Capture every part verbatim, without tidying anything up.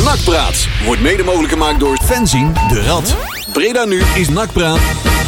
Nakpraat wordt mede mogelijk gemaakt door Fenzin de Rad. Breda nu is Nakpraat.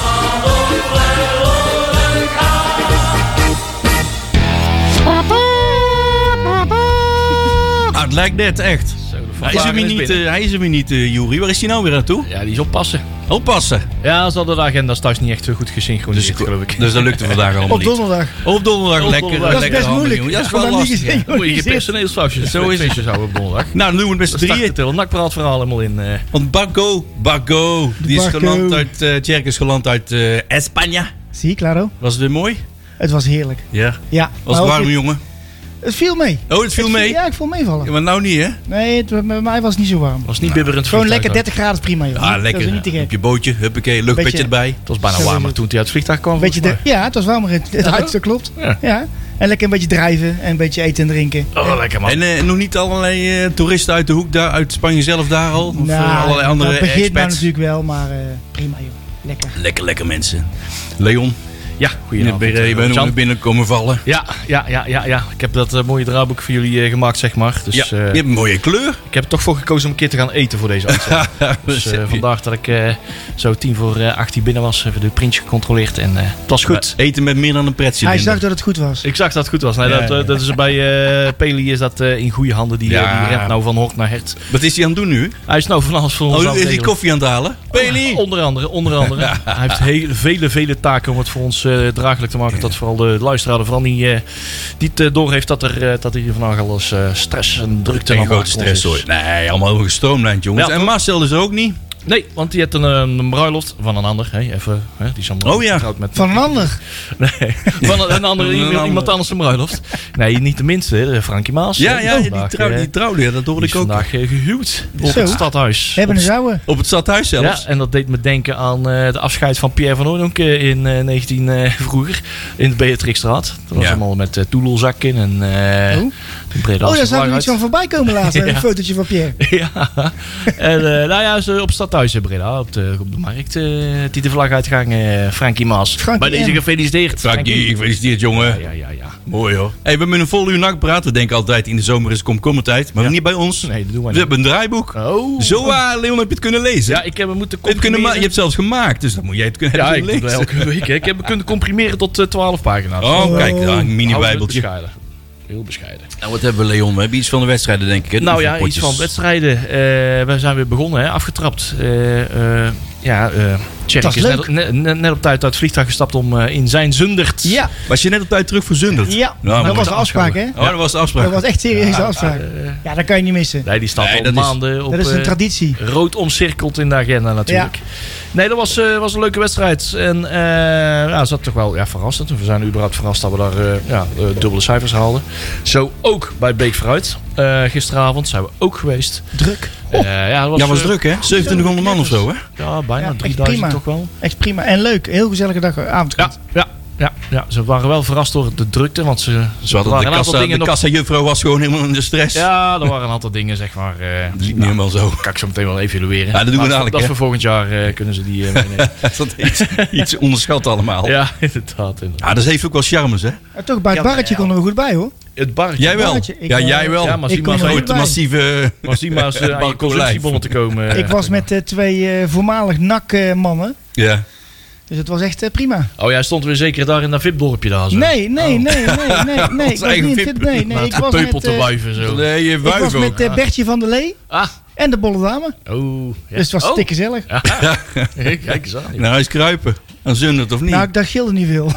Ah, het lijkt net echt. Zo, Hij is er weer niet, uh, hij is er weer niet, uh, Juri. Waar is hij nou weer naartoe? Ja, die is oppassen. Oppassen. Ja, ze hadden de agenda's thuis niet echt zo goed gesynchroniseerd, Dus, geloof ik. dus dat lukte vandaag allemaal Op niet. donderdag. Op donderdag. Op Lekker. donderdag. Dat is lekker best allemaal, moeilijk. jongen. Dat is Vandaag wel niet lastig. gezien. Dan moet je je personeelsfoutjes. Zo is het. Feestjes houden op donderdag. Nou, dan doen we het met z'n Dan start drieën. het hele nakpraatverhaal helemaal in. Uh, Want Baco, Baco, die is Baco. geland uit, uh, Tjerk is geland uit uh, Spanje. Zie, claro. Was het weer mooi? Het was heerlijk. Ja. Ja. Was maar het ook warm, het- jongen? Het viel mee. Oh, het viel Het mee? Ja, ik voel meevallen. Ja, maar nou niet, hè? Nee, het, bij mij was het niet zo warm. was niet bibberend Gewoon vliegtuig lekker ook. dertig graden is prima, joh. Ah, Dat lekker. is niet te Op gek. je bootje, huppakee, luchtbedje Beetje- erbij. Het was bijna Zo is warmer het. toen hij uit het vliegtuig kwam. Beetje de, volgens ja, het was warmer. Het, het Ja, huis, dat klopt. Ja. Ja. En lekker een beetje drijven en een beetje eten en drinken. mij. Oh, lekker man. En uh, nog niet allerlei uh, toeristen uit de hoek daar, uit Spanje zelf daar al? Of uh, Nou, allerlei andere dat begint nou expats? natuurlijk wel, maar uh, prima, joh. Lekker. Lekker, lekker mensen. Leon, Ja, je goedenavond. bent eh, even Jan. nog binnenkomen vallen. Ja, ja, ja, ja, ja. Ik heb dat uh, mooie draaiboek voor jullie uh, gemaakt, zeg maar. Dus Ja, uh, je hebt een mooie kleur. ik heb er toch voor gekozen om een keer te gaan eten voor deze uitzending. Dus uh, vandaag dat ik uh, zo tien voor uh, acht hier binnen was, even de printje gecontroleerd en uh, het was goed. Eten met meer dan een pretcilinder. Hij zag dat het goed was. Ik zag dat het goed was. Nee, Ja, dat, ja, ja. uh, dat is bij uh, Peli is dat uh, in goede handen. Die, Ja. uh, die rent nou van hort naar hert. Wat is hij aan het doen nu? Hij is nou van alles voor ons aan Oh, het is hij regelen. koffie aan het halen? Peli! Onder andere, onder andere. Hij heeft hele, vele, vele taken om het voor ons uh, draaglijk te maken. Dat vooral de luisteraar er vooral niet, uh, niet uh, doorheeft dat er, uh, dat er hier vandaag al eens uh, stress en drukte Geen allemaal grote stress voor ons hoor. is. Nee, allemaal gestroomlijnd jongens. Ja, en toch? Marcel is er ook niet. Nee, want die heeft een, uh, een bruiloft van een ander. Hè, even, hè, die is dan Oh ja. getrouwd met Van een ander. Nee, van een, een andere, Een iemand, ander. iemand anders een bruiloft. Nee, niet de minste, uh, Frankie Maas. Ja, Uh, ja, die, vandaag, trouw, uh, die trouwde, ja, dat hoorde die ik is ook. vandaag uh, gehuwd op Zo. het stadhuis. Hebben Op een zouwen. Op het stadhuis zelfs. Ja, en dat deed me denken aan uh, de afscheid van Pierre van Hooydonk uh, in uh, negentien uh, vroeger in de Beatrixstraat. Dat was Ja. allemaal met uh, toedelzakken en uh, Oh. een brede Oh, daar zag ik uit. iets van voorbij komen later. Ja. Een fotootje van Pierre. Ja, en uh, nou ja, ze op het stadhuis in Breda, op de, op de markt, uh, die de vlag uitgang, uh, Frankie Maas. Frankie Bij deze M. gefeliciteerd. Frankie, gefeliciteerd jongen. Ja, ja, ja, ja. Mooi hoor. Hey, we hebben een vol uur nakpraat. We denken altijd in de zomer is komkommertijd. Maar Ja. niet bij ons. Nee, dat doen wij We niet. hebben een draaiboek. Oh. Zo, ah, Leon, heb je het kunnen lezen? Ja, ik heb hem moeten je, hebt kunnen ma- comprimeren. je hebt zelfs gemaakt, dus dan moet jij het kunnen, Ja, hebben ik kunnen doe het lezen. elke week. Hè. Ik heb hem kunnen comprimeren tot uh, twaalf pagina's. Oh, kijk, ja, een Houden we het mini-bijbeltje. bescheiden. Heel bescheiden. Nou, wat hebben we, Leon? We hebben iets van de wedstrijden, denk ik. Hè? Nou ja, Hoeveel iets van potjes? wedstrijden. Uh, we zijn weer begonnen, hè? Afgetrapt. Uh, uh, ja, uh, Tjerk Dat is is net, net, net- net op tijd uit het vliegtuig gestapt om uh, in zijn Zundert. Ja, Was je net op tijd terug voor Zundert? ja. Nou, dat moet was je de afspraak, hè? Oh, dat was de afspraak. Dat was echt serieuze afspraak. Uh, Ja, dat kan je niet missen. nee, die staat Nee, al dat is- maanden op Dat is een uh, traditie. rood omcirkeld in de agenda natuurlijk. Nee, dat was, uh, was een leuke wedstrijd. En uh, ja, dat zat toch wel ja, verrassend. We zijn überhaupt verrast dat we daar uh, ja, uh, dubbele cijfers haalden. Zo ook bij Beek Vooruit. Uh, gisteravond zijn we ook geweest. Druk. Uh, ja, dat was, Ja, was uh, druk hè? zeventienhonderd man of zo hè? Ja, bijna Ja, echt drieduizend prima. toch wel. Echt prima. En leuk. Heel gezellige dag, avond. Ja, ja, ja, ja, ze waren wel verrast door de drukte, want ze, Ze hadden waren de een aantal kassa, dingen de nog... kassa-juffrouw was gewoon helemaal in de stress. Ja, er waren een aantal dingen, zeg maar. Uh, Dat is niet helemaal zo. kan ik zo meteen wel evalueren. Ja, dat doen we Maar dadelijk, Dat is hè? voor volgend jaar uh, kunnen ze die uh, meenemen. Dat is iets, iets onderschat allemaal. Ja. Ja, inderdaad. inderdaad. dat heeft ook wel charmes hè? En toch, bij het Ja, barretje ja. konden we goed bij, hoor. Het barretje. Jij wel? barretje. Ik, ja, eh, jij wel. Ja, maar Ik zie kon maar er zo goed Grote, bij. massieve... maar zie maar eens uh, aan je Barco consumptiebonnen te komen. Ik was met uh, twee uh, voormalig N A C-mannen. Ja. Dus het was echt uh, prima. Oh, jij stond weer zeker daar in dat V I P-dorpje daar zo. Nee, nee, nee, nee, nee, nee. Ik was eigen niet V I P. fit. Nee, nee. Ik was Peupel met, te uh, wuiven zo. Nee, je ik was wuif ook. met uh, Bertje van der Lee Ah, en de Bolle Dame. oh. Ja. Dus het was oh. stikke gezellig. Ja. Kijk eens aan. Nou, hij is kruipen. Aan Zundert of niet? Nou, dat scheelde niet veel.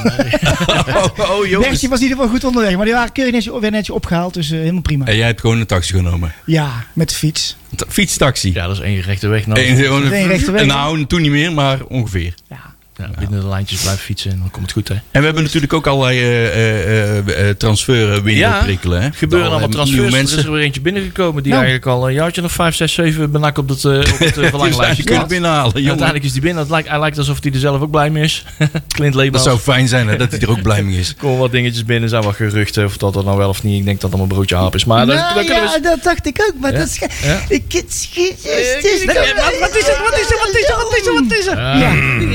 oh, oh jongens. Bertje was in ieder geval goed onderweg. Maar die waren keurig netjes, weer netjes opgehaald. Dus uh, helemaal prima. En jij hebt gewoon een taxi genomen. Ja, met de fiets. Een fietstaxi. Ja, dat is één rechte weg. Nou, En gewoon één rechte weg, nou, toen niet meer, maar ongeveer. Ja. ja, binnen de lijntjes blijven fietsen en dan komt het goed, hè. En we hebben natuurlijk ook allerlei uh, uh, uh, transfer window Ja, prikkelen. Hè? gebeuren allemaal Nieuwe transfers. Er mensen. is er weer eentje binnengekomen die Nou. eigenlijk al een jaartje of vijf, zes, zeven benak op het, uh, op het uh, verlanglijstje Je kunt staat. binnenhalen, En jongen. uiteindelijk is die binnen. Het lijkt, hij lijkt alsof hij er zelf ook blij mee is. Clint Leebans. Dat zou fijn zijn hè, dat hij er ook blij mee is. Er komen wat dingetjes binnen, zijn wat geruchten of dat er nou wel of niet. Ik denk dat het allemaal broodje aap is. Maar dat, nou, dat kunnen ja, we... dat dacht ik ook. Maar Ja? dat is... ge- Ja? Ik, het, het, het, Wat is het? Wat is het? Wat is het? Wat is het? Wat is het? Ja. Hij Gaan we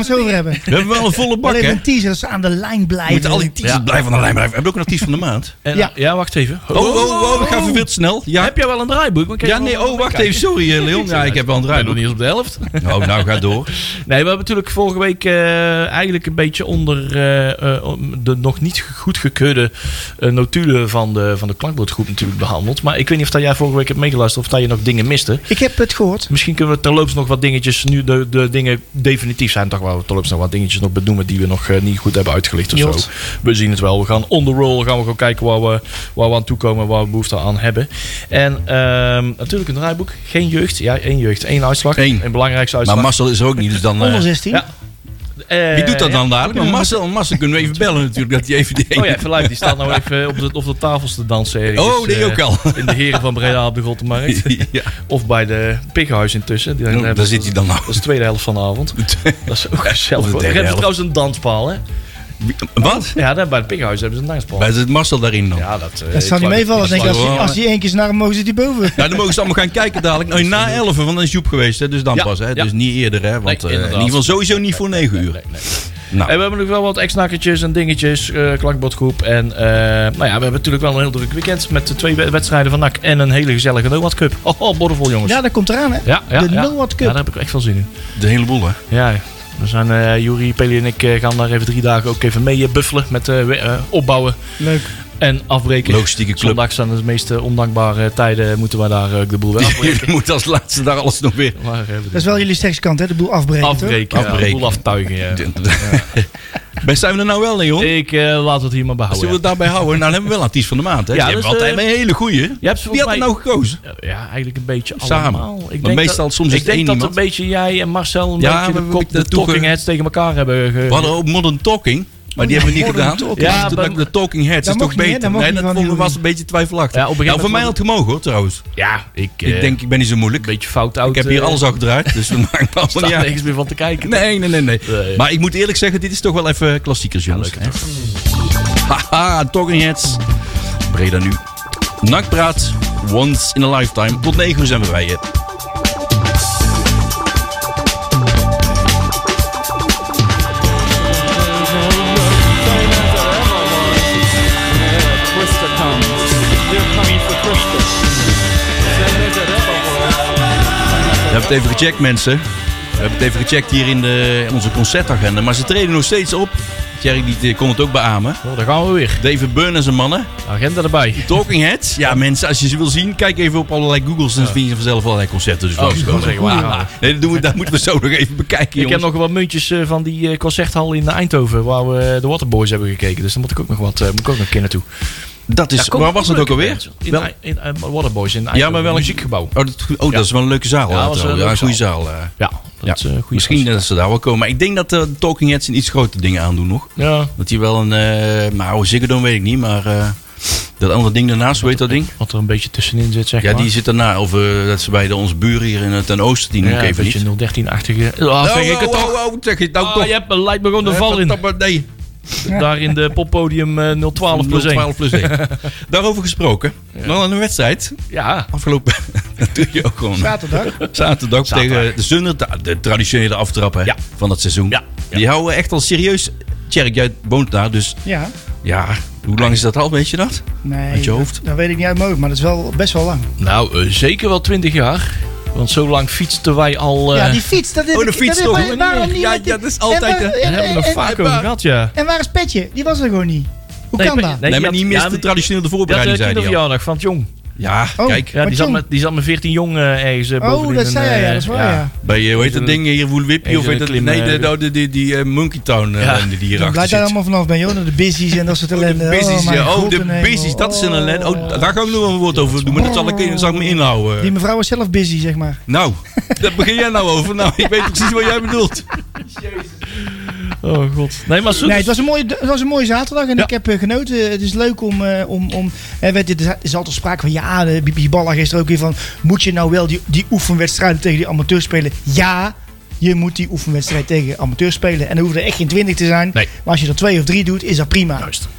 het zo over hebben. We hebben wel een volle bak, Alleen hè? een teaser, dat ze aan de lijn We blijven. moeten al die teasers Ja. blijven aan de lijn blijven. We hebben ook een artiest van de maand. En, Ja. ja. wacht even. Oh, oh, oh, ik ga even veel te snel. Ja, Heb jij wel een draaiboek? Want ik ja heb nee, wel- oh, wacht even. Sorry, eh, Leon. Ja, ik heb wel een Ik ben nog draaiboek. niet eens op de helft. Oh, nou, ga door. Nee, we hebben natuurlijk vorige week uh, eigenlijk een beetje onder uh, uh, de nog niet goed gekeurde uh, notulen van de, van de klankbordgroep natuurlijk behandeld. Maar ik weet niet of dat jij vorige week hebt meegeluisterd of dat je nog dingen miste. Ik heb het gehoord. Misschien kunnen we terloops nog wat dingetjes, nu de, de dingen definitief zijn, toch wel terloops nog wat dingetjes nog benoemen die we nog uh, niet goed hebben uitgelicht of Jot. zo. We zien het wel. We gaan on the roll, gaan we gewoon kijken waar we, waar we aan toe komen, waar we behoefte aan hebben. En um, natuurlijk een draaiboek. Geen jeugd. Ja, één jeugd. Één uitslag. Eén. Een belangrijkste uitslag. Maar Marcel is er ook niet, dus dan... uh, onder zestien. ja. Uh, wie doet dat dan ja. dadelijk? Maar Marcel, Marcel kunnen we even bellen natuurlijk, dat hij even die Oh ja, even live. Die staat nou even op de, op de tafels te dansen. Ergens, Oh, die uh, ook al. In de Heren van Breda op de Grottenmarkt. Ja. Of bij de Piggenhuis intussen. Die, Oh, hebben- daar zit hij dan nou. Dat is de tweede helft van de avond. Dat is ook gezellig. Of de Daar derde hebben ze helft. trouwens een danspaal, hè? Wat? Ja, daar bij het Piggenhuis hebben ze een danspaal. Bij zit Marcel daarin dan? Ja, dat, uh, Dat zal niet meevallen. Denk ik, als, die, als die één keer naar hem mogen, zit hij boven. Nou, dan mogen ze allemaal gaan kijken dadelijk. Nou, na elf, want dan is Joep geweest, hè, dus dan Ja, pas. Hè, ja. dus niet eerder, hè, want Nee, eh, in inderdaad. ieder geval sowieso niet voor negen uur. Nee, nee. Nou, En we hebben nog wel wat ex-nakkertjes en dingetjes, uh, klankbordgroep. En uh, nou ja, we hebben natuurlijk wel een heel druk weekend met de twee wedstrijden van N A C en een hele gezellige No What Cup. Oh, oh bordervol jongens. Ja, dat komt eraan, hè? ja, ja, de ja. No What Cup. Ja, daar heb ik echt veel zin in. de hele boel, hè. Ja, we zijn, uh, Juri, Peli en ik uh, gaan daar even drie dagen ook even mee uh, buffelen met uh, uh, opbouwen Leuk. en afbreken. Logistieke club. Zondag zijn de meest uh, ondankbare tijden, moeten we daar uh, de boel weer afbreken. Je moet als laatste daar alles nog weer... Maar, uh, Dat is wel jullie sterkste kant, hè? De boel afbreken, afbreken, ja, Afbreken. de boel aftuigen. Ja. Bij zijn we er nou wel, Leon? Ik uh, laat het hier maar behouden. Zullen we het daarbij houden? Nou, dan hebben we wel een artiest van de maand, hè. Ja, Ja, dus, hebben altijd uh, een hele goeie. Je hebt ze Wie had er volgens nou gekozen? mij- Ja, eigenlijk een beetje Samen. allemaal. Ik Maar denk meestal, dat, soms is ik het denk één dat iemand. een beetje jij en Marcel een Ja, beetje we de, kop, hebben de naartoe talking ge- heads tegen elkaar hebben ge... We hadden ook Modern Talking, maar die hebben we niet Modern gedaan. Talking. Ja, Ja, de, maar- de Talking Heads Dat is toch mocht niet, hè? beter? Dat mocht Nee, niet dat van vond- jullie. was een beetje twijfelachtig. Ja, op een gegeven Nou, voor mij had moment het gemogen, hoor, trouwens. Ja, ik, Ik eh, denk, ik ben niet zo moeilijk. een beetje fout oud. Ik heb hier eh, alles al gedraaid, dus dat maakt me allemaal staat niet uit. nergens meer van te kijken. Nee, nee, nee, nee. Nee. Maar ik moet eerlijk zeggen, dit is toch wel even klassiekers, jongens. leuk, Haha, Talking Heads. Breda nu. Nakpraat, once in a lifetime. Tot negen uur zijn we bij je. We hebben het even gecheckt, mensen. We hebben het even gecheckt hier in, de, in onze concertagenda. Maar ze treden nog steeds op. Thierry die kon het ook beamen. Oh, daar gaan we weer. David Byrne en zijn mannen. Agenda erbij. Talking Heads. Ja, mensen, als je ze wil zien, kijk even op allerlei Googles. Dan vind je vanzelf allerlei concerten. Dus Oh, langs ik komen. wou zeggen, waar gaan we? Nee, dat, doen we, dat moeten we zo nog even bekijken, Ik heb jongens. nog wat muntjes uh, van die uh, concerthal in Eindhoven, waar we de Waterboys hebben gekeken. Dus daar moet ik ook nog wat, uh, moet ik ook nog een keer naartoe. Dat is, Daar komen waar was het ook leuke alweer? bands. In, Wel- in, in, uh, Waterboys in Eindhoven. Ja, maar wel een muziekgebouw. Oh, dat, oh, dat is wel een leuke zaal. Ja, Ja, dat was een ja, leuke een goede zaal. eh. Ja, dat is uh, goede Misschien dat ze daar wel komen. Maar ik denk dat de Talking Heads een iets grotere dingen aandoen nog. Ja. Dat die wel een... Uh, maar oude Ziggo Dome weet ik niet. Maar uh, dat andere ding daarnaast, hoe heet dat ding? Wat er een beetje tussenin zit, zeg Ja, maar. die zit daarna. Of uh, dat ze bij de, onze buren hier in het ten oosten, die noem ja, ik even een niet. beetje nul dertien-achtige. Ah, Oh, zeg ik oh, het toch? oh, oh, zeg je het nou Ah, toch? je hebt een lijkt me gewoon de Eh, val in. verdamme, Nee, Daar in de poppodium uh, nul twaalf plus één. twaalf plus één. Daarover gesproken. Nog een wedstrijd. Ja. Afgelopen... dat doe je ook gewoon. Zaterdag. Zaterdag Zaterdag. tegen de Zunder. De, de traditionele aftrappen Ja. van het seizoen. Ja. Ja. Die houden echt al serieus... Tjerk, jij woont daar, dus Ja. ja... Hoe lang is dat al, weet je dat? Nee, Uit je hoofd? Dat, dat weet ik niet uit mijn hoofd, maar dat is wel best wel lang. Nou, uh, zeker wel twintig jaar. Want zo lang fietsten wij al... Uh, ja, die fiets. Dat heb Oh, de ik- fiets dat toch? heb ik- Waarom niet? Ja, met die- ja, dat is altijd, En, waar- hè? daar en, hebben we nog en, vaak en, over gehad, ja. en waar is Petje? Die was er gewoon niet. Hoe Nee, kan Pe- dat? nee, Nee, die maar had- die mist ja, de traditionele Dat voorbereiding, is de zei hij al. kinderverjaardag van het jong. Ja, Oh. kijk. Ja, die Wat zat, jong? met, die zat met veertien jong uh, ergens uh, Oh, bovenin dat een, zei hij, ja, uh, dat is waar, ja. Bij, uh, hoe heet dat ding hier, Woel Wippie? Even Of heet een dat? klim, Nee, eh, de, de, die, die uh, Monkey Town uh, Ja. ellende die Dan hierachter blijft daar zit. allemaal vanaf bij, joh. De busies en dat soort ellende. De busies, mijn ja. Oh, god de en hemel. busies, dat is een ellende. Oh, daar ga ik nog wel een woord over doen, maar dat zal ik, dat zal ik me inhouden. Die mevrouw was zelf busy, zeg maar. Nou, daar begin jij nou over. Nou, ik weet precies wat jij bedoelt. Oh god. Nee, maar zo, Nee, het was een mooie, het was een mooie zaterdag en Ja. ik heb uh, genoten. Het is leuk om... Uh, om, om hè, weet je, er is altijd sprake van... Ja, de Bibi Balla gisteren ook weer van... Moet je nou wel die, die oefenwedstrijden tegen die amateurs spelen? Ja, je moet die oefenwedstrijd tegen amateurs spelen. En er hoeven er echt geen twintig te zijn. Nee. Maar als je er twee of drie doet, is dat prima. Juist.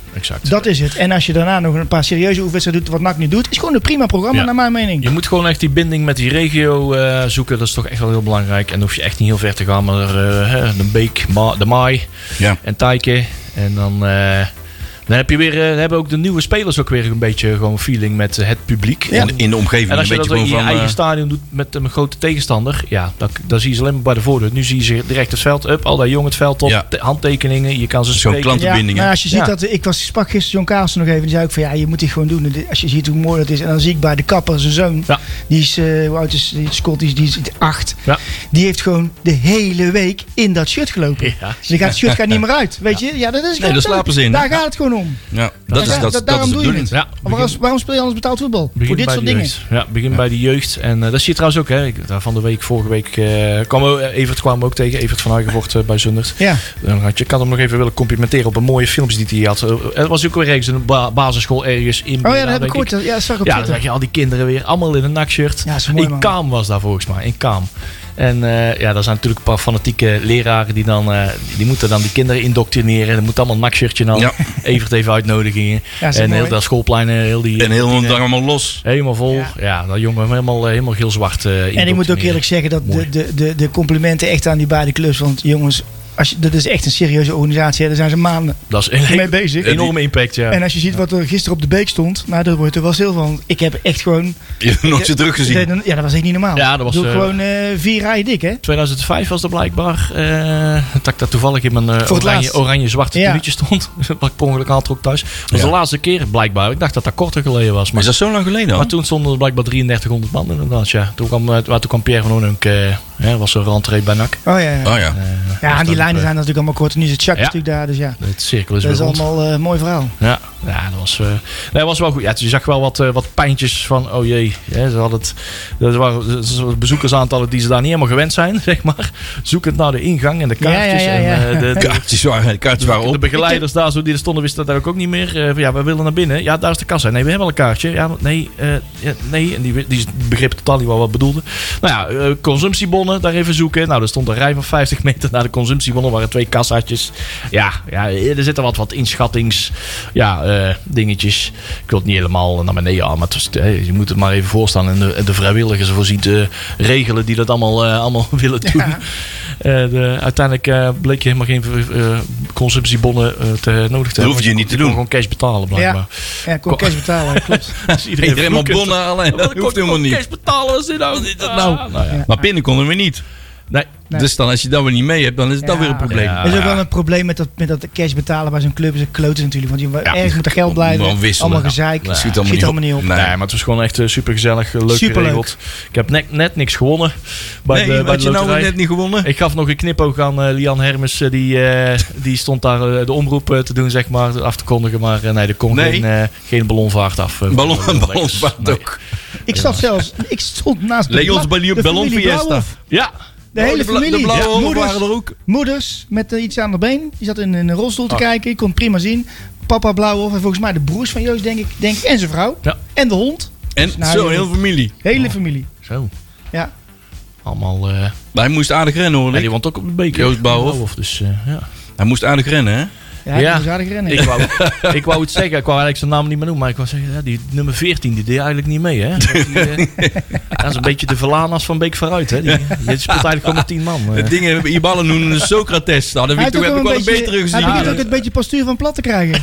exact. Dat is het. En als je daarna nog een paar serieuze oefenwedstrijden doet, wat N A C nu doet, is gewoon een prima programma, Ja. naar mijn mening. Je moet gewoon echt die binding met die regio uh, zoeken. Dat is toch echt wel heel belangrijk. En dan hoef je echt niet heel ver te gaan. Maar uh, de Beek, Ma- de Maai Ja. en Tijke. En dan... Uh, Dan heb je weer, uh, hebben ook de nieuwe spelers ook weer een beetje gewoon feeling met uh, het publiek. Ja. In, in de omgeving En als een je dat beetje in je gewoon van... eigen Uh, stadion doet met een grote tegenstander, ja, dan, dan zie je ze alleen maar bij de voordeur. Nu zie je ze direct het veld up, al dat jong het veld op, Ja. te- handtekeningen, je kan ze Zo'n spreken. klant- Ja, verbindingen. maar als je ziet Ja. dat, ik was sprak gisteren John Carlsen nog even, die zei ook van ja, je moet dit gewoon doen. Als je ziet hoe mooi dat is. En dan zie ik bij de kapper zijn zoon, Ja. die is, uh, hoe oud is, die is Scott, die is, die is acht. Ja. Die heeft gewoon de hele week in dat shirt gelopen. Ja. Dus die gaat, het shirt gaat niet meer uit, weet je? Ja, dat is Nee, daar slapen ze in. Daar gaat het gewoon om. ja, dat is, Ja, dat, da- dat daarom is de doe je bedoeling. het. Ja, Waarom, waarom speel je anders betaald voetbal? Begin Voor dit bij soort de dingen. jeugd. Ja, begin bij de jeugd. En uh, dat zie je trouwens ook. Hè. Ik, daar van de week, vorige week, uh, kwam ook, uh, Evert kwam ook tegen. Evert van Huigenvoort uh, bij Zundert. Ja. Dan had je, ik had hem nog even willen complimenteren op een mooie filmpjes die hij had. Uh, het was ook weer ergens in een ba- basisschool ergens in Oh ja, Breda, dat heb ik denk gehoord. Ja, dat zag ik op Ja, dan Twitter. zag je al die kinderen weer. Allemaal in een nakshirt. Ja, dat is mooi, in man. Kaam was daar volgens mij. In Kaam. En uh, ja, daar zijn natuurlijk een paar fanatieke leraren die dan uh, die moeten dan die kinderen indoctrineren. Dat moet allemaal een nakshirtje dan. Ja. Evert even uitnodigingen. Ja, dat is En mooi. heel dat schoolplein, heel die En heel kantine, dag allemaal los. helemaal vol. Ja. Ja, dat jongen helemaal, uh, helemaal geel zwart. Uh, En ik moet ook eerlijk zeggen dat de, Mooi. de, de, de complimenten echt aan die beide clubs. Want jongens, als je, dat is echt een serieuze organisatie. Hè. Daar zijn ze maanden Dat is een mee bezig. enorme impact, ja. En als je ziet wat er gisteren op de beek stond, nou, daar wordt er wel stil van. Ik heb echt gewoon... Je hebt nooit zo druk gezien. Ja, dat was echt niet normaal. Ja, dat was, Ik bedoel, uh, gewoon uh, vier rijen dik, hè? tweeduizend vijf was dat blijkbaar. Uh, dat ik daar toevallig in mijn uh, Voor het oranje, laatst. oranje-zwarte Ja. tenuutje stond. Wat ik per ongeluk aantrok thuis. Dat was Ja. de laatste keer blijkbaar. Ik dacht dat dat korter geleden was. Maar, Is dat zo lang geleden maar al? toen stonden er blijkbaar drieëndertighonderd man inderdaad. Ja. Toen, kwam, uh, toen kwam Pierre van Onunk. Uh, ja, was een rentree bij N A C. Oh ja, ja. Oh ja. Uh, Ja, en die dat, lijnen uh, zijn natuurlijk allemaal kort. Nu is het Chuck Ja. natuurlijk daar, dus ja. Het cirkel is Dat is weer rond. allemaal een uh, mooi verhaal. Ja, ja, dat was, uh, nee, dat was wel goed. Ja, je zag wel wat, uh, wat pijntjes van, oh jee. Ja, ze hadden het, dat waren bezoekersaantallen die ze daar niet helemaal gewend zijn, zeg maar. Zoekend naar de ingang en de Ja, ja, kaartjes. ja, En, ja. uh, de, de, Kaartjes waren, de kaartjes waren de op. begeleiders daar zo die er stonden wisten dat ook niet meer. Uh, van, ja, we willen naar binnen. Ja, daar is de kassa. Nee, we hebben al een kaartje. Ja, nee, uh, ja, nee. En die, die begreep totaal niet wat we bedoelden. Nou ja, uh, consumptiebonnen, daar even zoeken. Nou, er stond een rij van vijftig meter naar de consumptiebonnen. waren twee kassaatjes. Ja, ja, er zitten wat, wat inschattings ja, uh, dingetjes. Ik wil het niet helemaal naar beneden aan, maar het was, hey, je moet het maar even voorstellen. En de, de vrijwilligers ervoor zien te regelen die dat allemaal, uh, allemaal willen doen. Ja. Uh, de, uiteindelijk uh, bleek je helemaal geen uh, consumptiebonnen uh, te nodig te hebben. Dat hoef je niet te doen. Gewoon cash betalen, blijkbaar. Ja, kon cash betalen, klopt. Dus iedereen Iedereen maar vloekend. bonnen alleen. Dat hoeft helemaal niet. Cash betalen, wat is dit nou? Wat is dat nou? nou ja. Ja. Maar pinnen konden we niet. Nee. Nee. Dus dan als je dat weer niet mee hebt, dan is het Ja. dan weer een probleem. Ja. Er is ook wel een probleem met dat, met dat cash betalen bij zo'n club. Is een klote natuurlijk. Want je Ja. ergens moet er geld blijven. Gewoon wisselen. Allemaal gezeik. Nee. Schiet Schiet allemaal allemaal niet op. Nee. Nee, maar het was gewoon echt uh, super gezellig, leuk Superleuk. geregeld. Ik heb net, net niks gewonnen bij Nee, de, bij had de je nou loterij. net niet gewonnen? Ik gaf nog een knipoog aan uh, Lian Hermes. Uh, die, uh, die stond daar uh, de omroep uh, te doen, zeg maar, af te kondigen. Maar uh, nee, er kon Nee. geen, uh, geen ballonvaart af. Uh, Ballon, van de ballonsvaart Nee. ook. Ik zat zelfs, ik stond naast de, Leons bla- Ballon- de Ballon familie Fiesta. Blauwhof. Ja, De hele Oh, bla- familie. De blauwe Ja, honden moeders, waren er ook. moeders met uh, iets aan de been. Die zat in een rolstoel te Ah. kijken. Ik kon het prima zien. Papa Blauwhof en volgens mij de broers van Joost, denk ik. Denk, ik, en zijn vrouw. Ja. En de hond. En Nou, zo, joh. een hele familie. Hele Oh. familie. zo. Ja. Allemaal... Uh, Maar hij moest aardig rennen hoor. ja, die woont ook op de beker. Joost Bouwhof. Dus uh, ja. Hij moest aardig rennen hè. Ja, hij Ja. moest aardig rennen. Ik wou, ik wou het zeggen, ik wou eigenlijk zijn naam niet meer noemen, maar ik wou zeggen, ja, die nummer veertien, die deed eigenlijk niet mee, hè? Die, uh, dat is een beetje de Verlanas van Beek vooruit, hè? Die, die speelt eigenlijk gewoon met tien man. Uh. Het ding, die ballen noemen Socrates. Nou, dat Hij heb ik, heeft toch, ook heb ik wel een beetje- betere Hij begint gezien. ook een beetje postuur van plat te krijgen.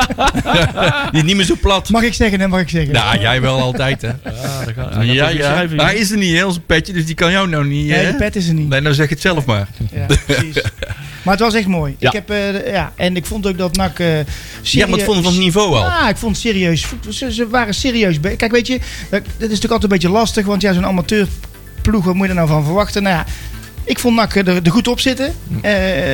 Die is niet meer zo plat. Mag ik zeggen, hè? Mag ik zeggen. Nou, jij wel altijd hè. Ja, daar gaat- hij gaat Ja, even ja. schrijven, Maar joh. hij is er niet, hè, onze petje, dus die kan jou nou niet. Nee, hè? de pet is er niet. Nee, nou zeg het zelf maar. Ja, precies. Maar het was echt mooi. Ja. Ik heb, uh, ja, en ik vond ook dat N A C... Uh, Ja, maar het vond van het niveau al. Ja, ik vond het serieus. Ze, ze waren serieus. be- Kijk, weet je, dat, dat is natuurlijk altijd een beetje lastig. Want ja, zo'n amateurploeg, wat moet je er nou van verwachten? Nou ja, ik vond N A C er, er goed op zitten. Uh,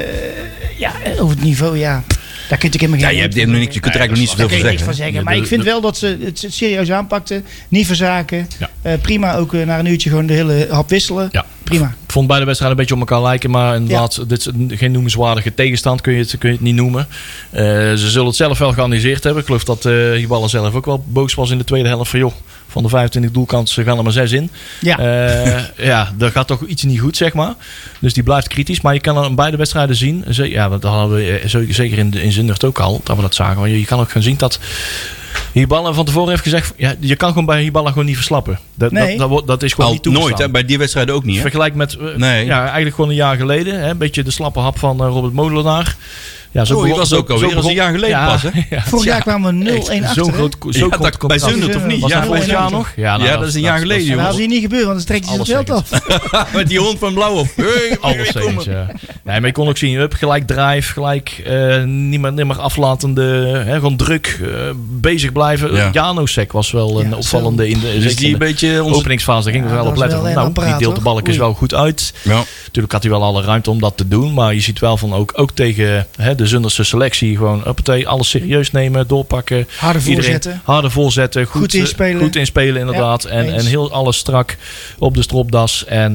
ja, over het niveau, ja. Daar kun je natuurlijk Ja, helemaal je, hebt helemaal niks, je kunt er eigenlijk nog Daar niet kun zoveel je van niks van zeggen. zeggen. Maar De- ik vind de- wel dat ze het serieus aanpakten. Niet verzaken. Ja. Uh, prima ook uh, na een uurtje gewoon de hele hap wisselen. Ja. Prima. Ik vond beide wedstrijden een beetje op elkaar lijken, maar inderdaad, dit is geen noemenswaardige tegenstand, kun je het, kun je het niet noemen. Uh, ze zullen het zelf wel geanalyseerd hebben. Ik geloof dat uh, Hiballa zelf ook wel boos was in de tweede helft van, joh, Van de vijfentwintig doelkansen gaan er maar zes in. Ja. Uh, ja, daar gaat toch iets niet goed, zeg maar. Dus die blijft kritisch. Maar je kan aan beide wedstrijden zien. Ja, dat hadden we zeker in, in Zundert ook al. Dat we dat zagen. Maar je kan ook gaan zien dat Hiballa van tevoren heeft gezegd... Ja, je kan gewoon bij Hiballa gewoon niet verslappen. Dat, nee. dat, dat, dat is gewoon al niet toegestaan. nooit, hè? Bij die wedstrijden ook niet. Hè? Vergelijk met uh, nee. ja, eigenlijk gewoon een jaar geleden. Hè? Een beetje de slappe hap van uh, Robert Molenaar. Ja, zo oh, je was ook alweer als een jaar geleden ja, pas, hè? Ja, Vorig jaar kwamen we nul één achter. Zo'n groot, zo ja, kort bij Zundert of niet? Was ja, dat vorig jaar nog? Ja, nou, ja, dat is een jaar geleden, jongens. Dat zie je niet gebeuren, want dan trekt hij het veld af. Met die hond van Blauw op. Hey, alles steeds, ja. Nee, maar je kon ook zien, up, gelijk drive, gelijk uh, niet, meer, niet meer aflatende, hè, gewoon druk, uh, bezig blijven. Ja. Janosek was wel een ja, opvallende in de, dus die in een beetje onze openingsfase. Daar gingen we ja, wel op letten. Wel nou, apparaat, die deelt de balkjes wel goed uit. Ja. Natuurlijk had hij wel alle ruimte om dat te doen, maar je ziet wel van ook, ook tegen hè, de Zunderse selectie gewoon uppatee, alles serieus nemen, doorpakken. Harder voorzetten. Harder voorzetten. Goed, goed inspelen. Goed inspelen inderdaad. Ja, en, en heel alles strak op de stropdas. En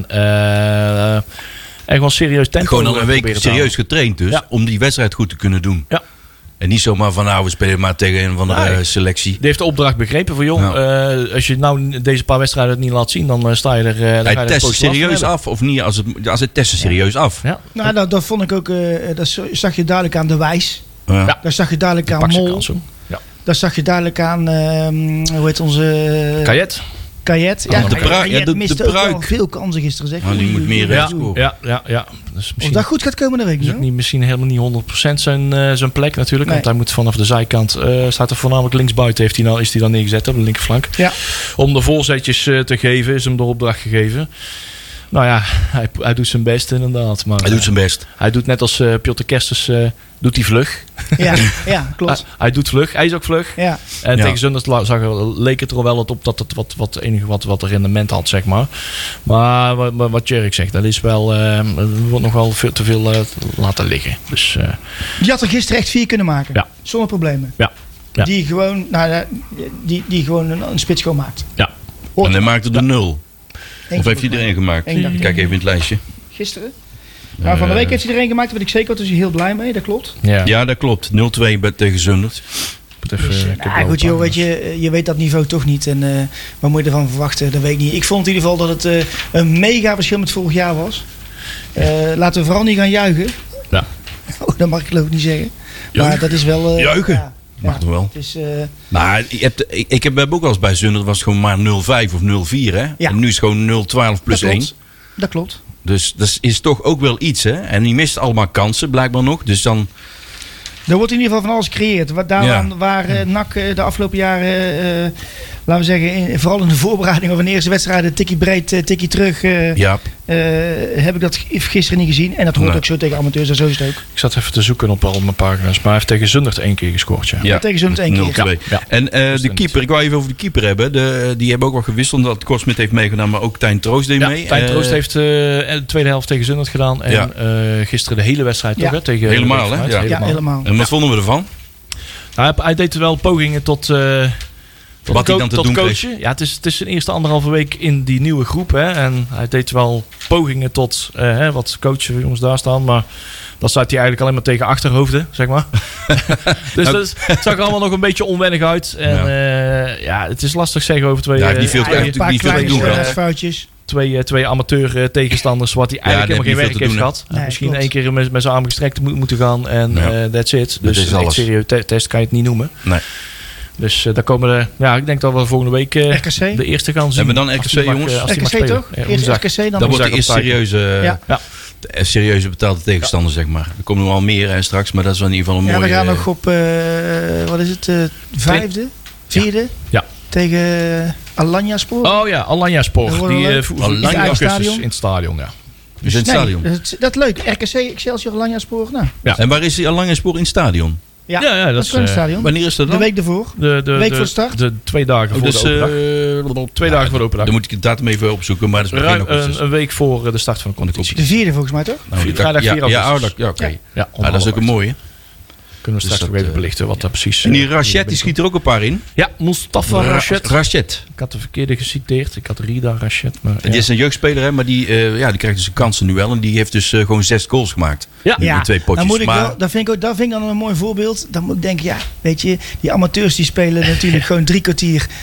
uh, en gewoon serieus tempo. Gewoon al een week serieus getraind dus. Ja. Om die wedstrijd goed te kunnen doen. Ja. En niet zomaar van nou we spelen maar tegen een van de nee. selectie. Die heeft de opdracht begrepen van joh. Ja. Uh, als je nou deze paar wedstrijden het niet laat zien. Dan uh, sta je er. Uh, dan hij ga je test serieus af. Of niet. Als het, als het testen serieus ja. af. Ja. Nou dat, dat vond ik ook. Uh, dat zag je duidelijk aan de Wijs. Ja. Ja. Daar zag je duidelijk aan Mol. Ja. Daar zag je duidelijk aan, uh, hoe heet onze... Kajet. Kajet. Ja, oh, de bruik. Ja, de, miste de bruik. ook veel kansen gisteren. Zeg. Oh, die moet meer ja, ja, ja, ja. Dus of dat goed gaat komen, dat weet ik niet. Is ook niet misschien helemaal niet honderd procent zijn, uh, zijn plek natuurlijk. Nee. Want hij moet vanaf de zijkant, uh, staat er voornamelijk linksbuiten, heeft hij nou, is hij dan neergezet op de linkerflank. Ja. Om de voorzetjes uh, te geven, is hem de opdracht gegeven. Nou ja, hij, hij doet zijn best inderdaad. Maar, hij doet zijn best. Uh, hij doet net als uh, Piotr Kerstens, uh, doet hij vlug. Ja, ja klopt. hij, hij doet vlug, hij is ook vlug. Ja. En ja. tegen Zundert zag er, leek het er wel op dat het wat, wat, enige wat, wat rendement had, zeg maar. Maar wat, wat Tjerk zegt, dat is wel, uh, er wordt nog wel veel te veel uh, laten liggen. Dus, uh, die had er gisteren echt vier kunnen maken. Ja. Zonder problemen. Ja. Ja. Die gewoon, nou, die, die gewoon een, een spits gewoon maakt. Ja. Hoort en hij maakte de nul. Eén of heeft hij er één gemaakt? Kijk even in het lijstje. Gisteren? Nou, van de week heeft hij er één gemaakt, daar weet ik zeker. Daar is hij heel blij mee, dat klopt. Ja, ja dat klopt. nul twee tegen Zundert. Even, dus, uh, nou, goed, joh, weet je, je weet dat niveau toch niet. En uh, wat moet je ervan verwachten? Dat weet ik niet. Ik vond in ieder geval dat het uh, een mega verschil met vorig jaar was. Uh, laten we vooral niet gaan juichen. Ja. Oh, dat mag ik geloof ik niet zeggen. Juich. Maar dat is wel... Uh, juichen? Ja, mag ja, toch wel? Het is, uh, maar je hebt, ik, ik heb ook wel eens bij Zundert, was het gewoon maar nul vijf of nul vier. Hè? Ja. En nu is het gewoon nul twaalf plus dat één. klopt. Dat klopt. Dus dat is toch ook wel iets. Hè? En die mist allemaal kansen blijkbaar nog. Dus dan... Er wordt in ieder geval van alles gecreëerd. Waar, daaraan, ja. waar uh, N A C uh, de afgelopen jaren, uh, laten we zeggen, in, vooral in de voorbereiding of in de eerste wedstrijden, tikkie breed, uh, tikkie terug, uh, ja. uh, heb ik dat gisteren niet gezien. En dat hoort nee. ook zo tegen amateurs, en zo is het ook. Ik zat even te zoeken op al mijn pagina's, maar hij heeft tegen Zundert één keer gescoord. Ja, ja. ja tegen Zundert één keer. Ja. Ja. En uh, de keeper, ik wou even over de keeper hebben. De, die hebben ook wel gewisseld, omdat Korsmit heeft meegedaan, maar ook Tijn Troost deed ja, mee. Tijn uh, Troost heeft uh, de tweede helft tegen Zundert gedaan. En ja. uh, gisteren de hele wedstrijd ja. toch, hè? Tegen helemaal, hè? Ja. ja, helemaal. En wat ja. vonden we ervan? Nou, hij deed wel pogingen tot, uh, tot, Wat co- dan te tot doen coachen. kreeg. Ja, het is, het is zijn eerste anderhalve week in die nieuwe groep. Hè, en hij deed wel pogingen tot uh, hè, wat coachen jongens daar staan. Maar dat staat hij eigenlijk alleen maar tegen achterhoofden, zeg maar. dus nou, dat, het zag er allemaal nog een beetje onwennig uit. En ja, uh, ja het is lastig zeggen over twee... Ja, niet veel, ja, niet veel, veel te doen uh, foutjes. Twee, twee amateur uh, tegenstanders, wat hij eigenlijk ja, helemaal geen werk heeft doen, gehad. Nee, misschien klopt. één keer met, met zijn armen gestrekt moet, moeten gaan en ja. uh, that's it. Dus dat is echt serieus te- test kan je het niet noemen. Nee. Dus uh, daar komen de, ja, ik denk dat we volgende week uh, R K C. de eerste gaan zien. Hebben we dan R K C, mag, jongens? uh, R K C toch? Ja, eerst R K C, dan dat wordt de eerste serieuze, ja. Ja. de serieuze betaalde tegenstander, ja. zeg maar. Er komen nog wel meer hè, straks, maar dat is wel in ieder geval een ja, mooie... Ja, we gaan nog op, uh, wat is het, uh, vijfde, vierde? Ja. ja. Tegen uh, Alanya Spoor. Oh ja, Alanya Spoor. Die uh, voert in het stadion, ja. Dus in het stadion. Nee, dat, dat is leuk. R K C, Excelsior, Alanya Spoor. Nou. Ja. En waar is die Alanya Spoor in het stadion? Ja, ja, ja dat, dat is in het stadion. Wanneer is dat dan? De week ervoor. De, de, de week de, voor de start. De twee dagen voor oh, dus, de open dag. Uh, twee ja, dagen voor de open dag. Dan moet ik de datum even opzoeken. Maar dat is Ruim een, een week voor de start van de competitie. De vierde volgens mij toch? Nou, vrijdag vier augustus. Ja, ja, ja oké. Okay. Ja, ja, dat is ook een mooie. Kunnen we straks dus nog even belichten wat dat precies... En die Rachet, die schiet er ook een paar in. Ja, Mustafa Ra- Rachet. Rachet. Ik had de verkeerde geciteerd. Ik had Rida Rachet. Maar, ja. Die is een jeugdspeler, hè, maar die, uh, ja, die krijgt dus zijn kansen nu wel. En die heeft dus uh, gewoon zes goals gemaakt. Ja. In ja. twee potjes. Dan moet ik maar... wel, dat, vind ik ook, dat vind ik dan een mooi voorbeeld. Dan moet ik denken, ja, weet je, die amateurs die spelen natuurlijk gewoon drie kwartier...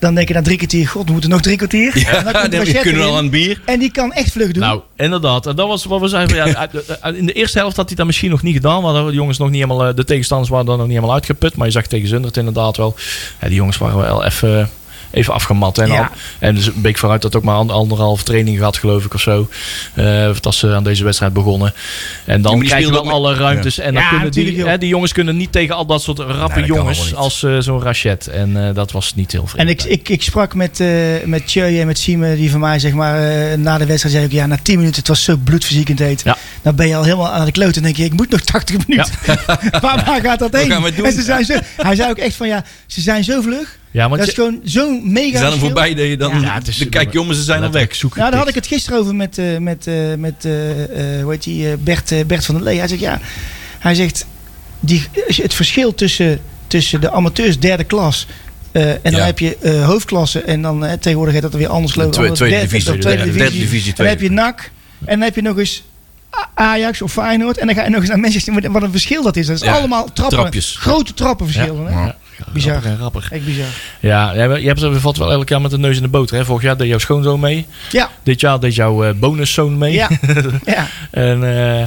Dan denk je na drie kwartier, god, we moeten nog drie kwartier. Ja, en dan komt de dan machette kunnen we al in. aan het bier. En die kan echt vlug doen. Nou, inderdaad. En dat was wat we zeiden. Ja, in de eerste helft had hij dat misschien nog niet gedaan. Want de jongens nog niet helemaal, de tegenstanders waren dan nog niet helemaal uitgeput. Maar je zag tegen Zundert inderdaad wel. Ja, die jongens waren wel even... Even afgemat. En, Ja. al, en dus een week vooruit dat ook maar een anderhalve training gehad, geloof ik, of zo. Uh, dat ze aan deze wedstrijd begonnen. En dan ja, krijg je wel met... alle ruimtes. Ja. En dan ja, kunnen die, joh. hè, die jongens kunnen niet tegen al dat soort rappe nee, jongens als uh, zo'n Rachet. En uh, dat was niet heel veel. En ik, ik, ik sprak met, uh, met Tjeu en met Siem, die van mij zeg maar uh, na de wedstrijd zei ook, ja, na tien minuten, het was zo bloedverziekend heet. Ja. Dan ben je al helemaal aan de kloot en denk je, ik moet nog tachtig minuten. Ja. waar, waar gaat dat heen? En ze zijn zo, hij zei ook echt van, ja, ze zijn zo vlug. Ja, maar dat is gewoon zo'n mega. Ze zijn er voorbij dat je dan. Ja, ja, dan kijk je om en ze zijn al weg. Zoeken. Nou, daar had ik het gisteren over met, uh, met, uh, met uh, uh, hoe heet die, uh, Bert, uh, Bert van der Lee. Hij zegt ja, hij zegt die, het verschil tussen, tussen de amateurs derde klas. Uh, en dan ja. heb je uh, hoofdklasse en dan uh, tegenwoordig heet dat weer anders lopen. Tweede, tweede divisie. De tweede divisie. Derde divisie. En dan heb je N A C en dan heb je nog eens Ajax of Feyenoord en dan ga je nog eens naar Manchester. Wat een verschil dat is. Dat is ja. allemaal trappen. Trapjes. Grote trappenverschillen. Ja. Ja. Ja, bizar. Grappig en grappig. Echt bizar. Ja, je hebt er valt wel elk jaar met de neus in de boter. Hè? Vorig jaar deed jouw schoonzoon mee. Ja. Dit jaar deed jouw uh, bonuszoon mee. Ja. ja. en uh,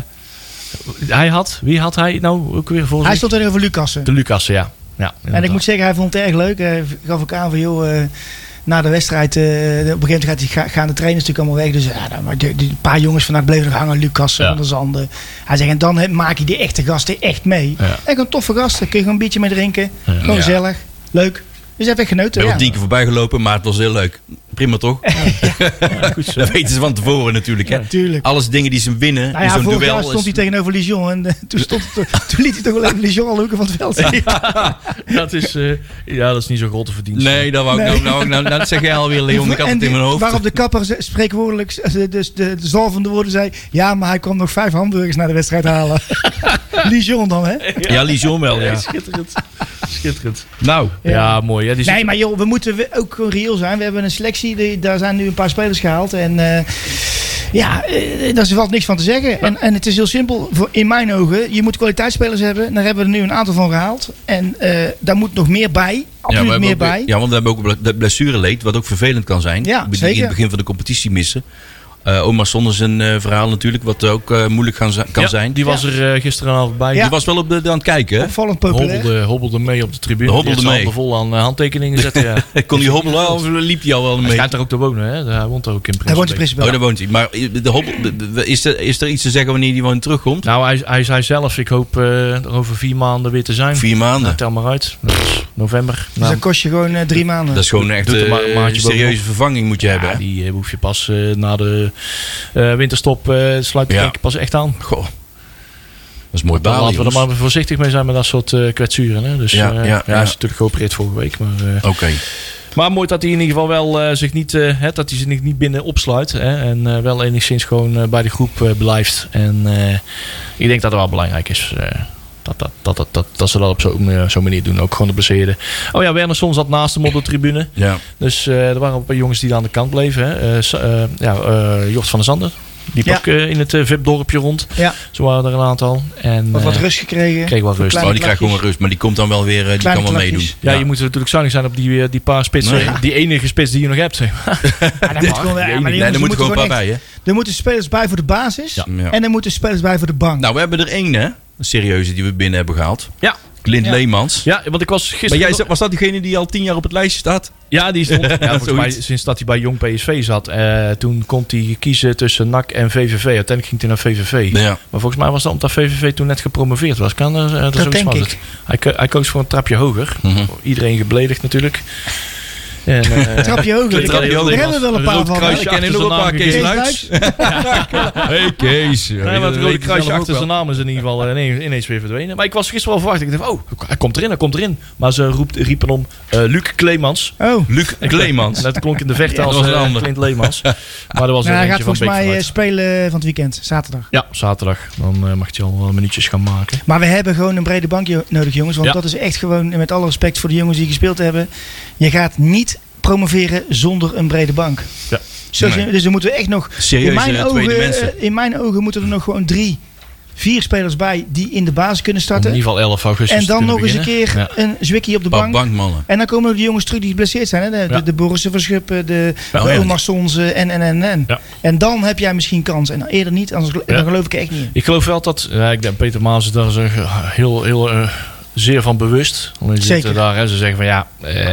hij had, wie had hij nou ook weer volgens Hij stond er over Lucassen. De Lucassen, ja. ja en ik moet zeggen, hij vond het erg leuk. Hij gaf ook aan van, joh, uh, na de wedstrijd, uh, op een gegeven moment gaat die, gaan de trainers natuurlijk allemaal weg. Dus ja, dan, maar die, die paar jongens vandaag bleven nog hangen. Lucassen, ja. Van der Zanden. Hij zegt, en dan he, maak je die echte gasten echt mee. Ja. En gewoon toffe gasten. Kun je gewoon een biertje mee drinken. Ja. Gewoon ja. gezellig. Leuk. Dus hij heeft echt genoten. Ik ben ja. tien keer voorbij gelopen, maar het was heel leuk. Prima toch? Ja. Ja, goed zo. Dat weten ze van tevoren natuurlijk. Hè? Ja, tuurlijk. Alles dingen die ze winnen. Nou ja, in zo'n vorig duel jaar stond is... hij tegenover Lijon. En uh, toen, stond, toen, toen liet hij toch wel even Lijon al leuken van het veld staan. Ja, dat is, uh, ja, dat is niet zo'n grote verdienst. Nee, dat wou ik nee. nou, nou, nou, dat zeg jij alweer, Leon. Ik had het in mijn hoofd. Waarop de kapper spreekwoordelijk de, de, de, de zalvende woorden zei. Ja, maar hij kwam nog vijf hamburgers naar de wedstrijd halen. Lijon dan, hè? Ja, ja Lijon wel, ja. Schitterend. Schitterend. Nou. Ja, ja mooi. Hè? Die nee, maar joh, we moeten ook gewoon reëel zijn. We hebben een selectie, die, daar zijn nu een paar spelers gehaald. En uh, ja, uh, daar valt niks van te zeggen. Ja. En, en het is heel simpel, voor, in mijn ogen. Je moet kwaliteitsspelers hebben. Daar hebben we er nu een aantal van gehaald. En uh, daar moet nog meer bij. Absoluut ja, meer ook, bij. Ja, want we hebben ook de blessureleed, wat ook vervelend kan zijn. Ja, in zeker. het begin van de competitie missen. Uh, Omar Sonder zijn uh, verhaal natuurlijk, wat ook uh, moeilijk gaan, kan ja, zijn. Die was ja. er uh, gisteravond bij. Ja. Die was wel op de, aan het kijken. Hè? Opvallend populair. Hobbelde, hobbelde mee op de tribune. Hobbelde mee. Handen vol aan uh, handtekeningen zetten. Ja. Kon hij hobbelen of liep hij al wel mee? Hij schijnt er ook te wonen. Hè? Hij woont er ook in Prins. Hij woont in Prins. Oh, daar woont hij. Maar de hobbel, de, de, is, er, is er iets te zeggen wanneer hij gewoon terugkomt? Nou, hij, hij zei zelf, ik hoop uh, er over vier maanden weer te zijn. Vier maanden? Nou, tel maar uit. November. Dus nou, dat kost je gewoon uh, drie maanden. Dat is gewoon echt een uh, serieuze vervanging moet je ja, hebben. Hè? Die uh, hoef je pas uh, na de uh, winterstop uh, sluit ja. pas echt aan. Goh. Dat is mooi balen, laten we er maar voorzichtig mee zijn met dat soort uh, kwetsuren. Hè? Dus ja, uh, ja, ja, ja. Hij is natuurlijk geopereerd vorige week. Maar, uh, Oké. Okay. Maar mooi dat hij in ieder geval wel uh, zich niet, uh, hè, dat hij zich niet binnen opsluit. Hè, en uh, wel enigszins gewoon uh, bij de groep uh, blijft. En uh, ik denk dat het wel belangrijk is. Uh, Dat, dat, dat, dat, dat, dat ze dat op zo'n uh, zo manier doen. Ook gewoon de blesseerden. Oh ja, Werner Son zat naast hem op de tribune. Ja. Dus uh, er waren een paar jongens die aan de kant bleven. Hè. Uh, uh, ja, uh, Jort van der Zanden. Die liep ja. ook uh, in het uh, V I P-dorpje rond. Ja. Zo waren er een aantal. En, wat, wat uh, rust gekregen. Kreeg wat rust. Oh, die krijgt gewoon rust. Maar die komt dan wel weer uh, die kan wel meedoen. Ja, ja, je moet natuurlijk zuinig zijn op die, die paar spitsen. Nee. Die enige spits die je nog hebt. Zeg maar. Ja, dat moet gewoon, ja, maar nee, er moeten gewoon een paar bij. Hè? Er moeten spelers bij voor de basis. Ja. Ja. En er moeten spelers bij voor de bank. Nou, we hebben er één, hè? Een serieuze die we binnen hebben gehaald. Ja. Clint ja. Leemans. Ja, want ik was gisteren... Maar jij, was dat diegene die al tien jaar op het lijstje staat? Ja, die stond ja, volgens mij, sinds dat hij bij Jong P S V zat. Uh, toen kon hij kiezen tussen N A C en V V V. Uiteindelijk ging hij naar V V V. Ja. Maar volgens mij was dat omdat V V V toen net gepromoveerd was. Kan er, uh, dat dat denk ik. Het. Hij, hij koos voor een trapje hoger. Mm-hmm. Iedereen gebeledigd natuurlijk. En, uh, trapje hoger. Trapje hoger. Daar hebben we wel een paar van. Kruisje ik ken nog een paar Kees Luijks. Hey Kees. Nee, maar het rode kruisje achter zijn naam is in ieder geval uh, ineens weer verdwenen. Maar ik was gisteren wel verwacht. Ik dacht, oh, hij komt erin, hij komt erin. Maar ze roept, riepen om uh, Luc Kleemans. Oh. Luc Kleemans. Dat klonk in de verte als ja, uh, Clint Leemans. Maar er was nou, een hij gaat van volgens mij uh, spelen van het weekend, zaterdag. Ja, zaterdag. Dan uh, mag hij al uh, minuutjes gaan maken. Maar we hebben gewoon een brede bank nodig, jongens. Want ja. dat is echt gewoon, met alle respect voor de jongens die gespeeld hebben. Je gaat niet promoveren zonder een brede bank. Ja. Zo, nee. Dus er moeten we echt nog... Serieuze in mijn, ogen, mensen. in mijn ogen moeten er nog gewoon drie vier spelers bij die in de basis kunnen starten. In ieder geval elf augustus. En dan nog eens beginnen. een keer Ja. een zwikkie op de Paar bank. bankmannen. En dan komen ook die jongens terug die geblesseerd zijn. Hè? De, Ja. de, de Borissen Verschuppen, de, Ja, de ja. Omarsons en, en, en, en. Ja. En dan heb jij misschien kans. En eerder niet, anders Ja. dan geloof ik er echt niet in. Ik geloof wel dat, ja, ik denk Peter Maas is daar zo heel, heel uh, zeer van bewust. Want je Zeker. zit daar, hè, ze zeggen van ja, eh,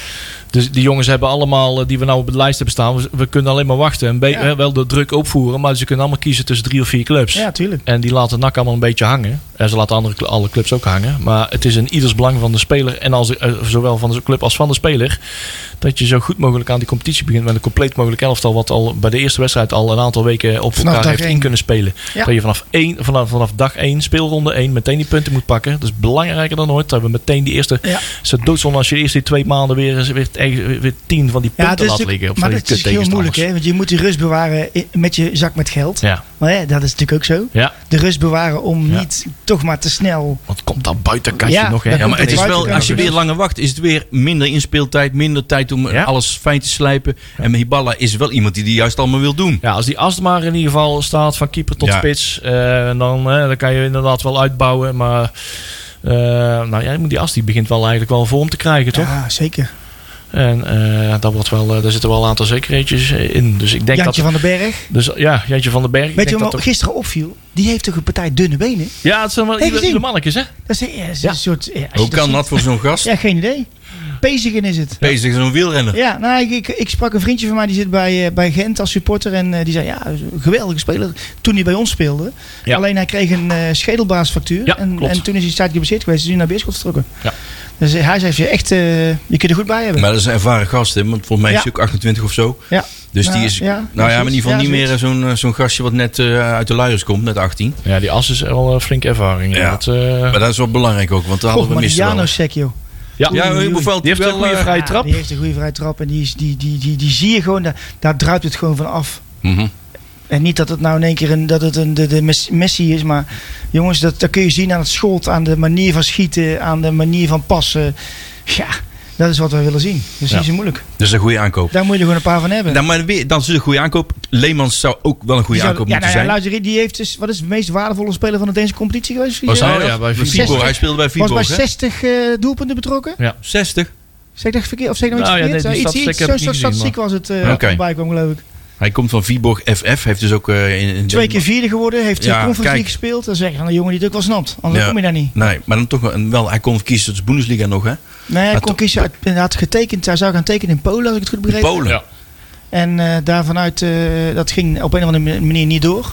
dus die jongens hebben allemaal, uh, die we nou op de lijst hebben staan, we, we kunnen alleen maar wachten. En be- Ja. uh, wel de druk opvoeren, maar ze kunnen allemaal kiezen tussen drie of vier clubs. Ja, tuurlijk. En die laten N A C allemaal een beetje hangen. En ze laten andere, alle clubs ook hangen. Maar het is in ieders belang van de speler. En als de, uh, zowel van de club als van de speler. Dat je zo goed mogelijk aan die competitie begint. Met een compleet mogelijk elftal. Wat al bij de eerste wedstrijd al een aantal weken op Vanaf elkaar dag heeft één. in kunnen spelen. Ja. Dat je vanaf, één, vanaf, vanaf dag één, speelronde één, meteen die punten moet pakken. Dat is belangrijker dan ooit. Dat we meteen die eerste... Ja. Het is doodzonde als je de eerste twee maanden weer, weer, weer, weer tien van die Ja, punten het is laat liggen. natuurlijk- Op maar van dat die is heel moeilijk, kuttegenstanders. hè? Want je moet die rust bewaren i- met je zak met geld. Ja, Maar ja, dat is natuurlijk ook zo. ja. De rust bewaren om Ja. niet toch maar te snel... Want komt dan buitenkantje Ja, nog. Hè? dat Ja, komt maar het is buiten wel, kan als je je weer dus- langer wacht, is het weer minder inspeeltijd, minder tijd om Ja. alles fijn te slijpen. En Hiballa is wel iemand die die juist allemaal wil doen. Ja, als die as maar in ieder geval staat van keeper tot Ja. spits, eh, dan, eh, dan kan je inderdaad wel uitbouwen. Maar eh, nou ja, die as die begint wel eigenlijk wel vorm te krijgen, toch? Ja, zeker. En eh, dat wordt wel, eh, daar zitten wel een aantal zekerheidjes in. Dus ik denk Jantje dat. van den Berg. Dus ja, Jantje van den Berg. ik Weet je denk wat dat me gisteren opviel? Die heeft toch een partij dunne benen? ja, het zijn wel Heb je ieder, gezien? ieder mannetjes, hè? Dat is, ja, dat is Ja. een soort... Ja, als je Hoe kan ziet- dat voor zo'n gast? Ja, geen idee. Pezigen is het. Bezig zo'n wielrenner. Ja, nou, ik, ik, ik sprak een vriendje van mij die zit bij, eh, bij Gent als supporter. En eh, die zei, ja, een geweldige speler. Toen hij bij ons speelde. Ja. Alleen hij kreeg een eh schedelblaasfractuur. Ja, en, klopt. en toen is hij tijdje geblesseerd geweest. Is hij naar Beerschot vertrokken. Ja. Dus eh, hij zei, je echt, eh, je kunt er goed bij hebben. Maar dat is een ervaren gast, hè? Want volgens mij is Ja. hij ook achtentwintig of zo. Ja. Dus Nou, die is, ja, nou ja, maar in ieder geval ja, niet zoiets. meer zo'n eh, zo'n gastje wat net eh, uit de luiers komt, net achttien. Ja, die as is al een flinke ervaring. Ja. Dat, eh, Maar dat is wel belangrijk ook, want daar hadden Och, we maar die missen wel. Jano Sek, joh. ja, Ja, Oei, oei. bevalt die heeft wel, een goede eh, vrije Ja, trap. Die heeft een goede vrije trap. En die, is, die, die, die, die zie je gewoon, daar, daar druipt het gewoon van af. mhm. En niet dat het nou in één keer een, dat het een, de, de mes- Messi is. Maar jongens, dat, dat kun je zien aan het schot, aan de manier van schieten, aan de manier van passen. Ja, dat is wat we willen zien. Dus Ja. die is moeilijk. Dus een goede aankoop. Daar moet je er gewoon een paar van hebben. Dan, maar weer, dan is het een goede aankoop. Leemans zou ook wel een goede Die zou- aankoop ja, moeten nou ja, zijn. luister, die heeft dus, wat is de meest waardevolle speler van de Deense competitie geweest? Was Die, hij Oh, dat? ja, bij Bij Viborg. Viborg. Hij speelde bij was bij Viborg, hè? zestig eh, doelpunten betrokken. zestig. Zeg ik dat verkeerd? Of zeg ik nou iets Nou ja, verkeerd? nee, die Iets- iets, statistiek heb Zo'n ik soort niet gezien, statistiek was het eh Oké. okay. bij kwam, geloof ik. Hij komt van Viborg F F. Heeft dus ook eh, in, in Twee keer vierde geworden, heeft Ja, de Conference kijk. League gespeeld. Dan zeg je van een jongen die het ook wel snapt. Anders Ja. kom je daar niet. Nee, maar dan toch wel, wel hij kon kiezen tussen Bundesliga nog, hè? Nee, hij Maar kon to- kiezen uit, hij had getekend, hij zou gaan tekenen in Polen, als ik het goed begreep. Polen. Ja. En eh daarvanuit, eh, dat ging op een of andere manier niet door.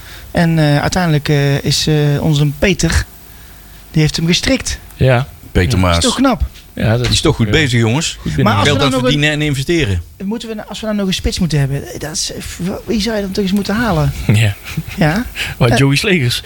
En eh, uiteindelijk eh, is eh, onze Peter, die heeft hem gestrikt. Ja, Peter Dat Maas. is toch knap? ja, dat Die is toch goed eh, bezig, jongens. goed binnen. Maar als Geld we dat dan nog verdienen en investeren. Moeten we, nou- als we nou nog een spits moeten hebben, dat is, wie zou je dan toch eens moeten halen? Ja, Ja, maar Eh. Joey Slegers.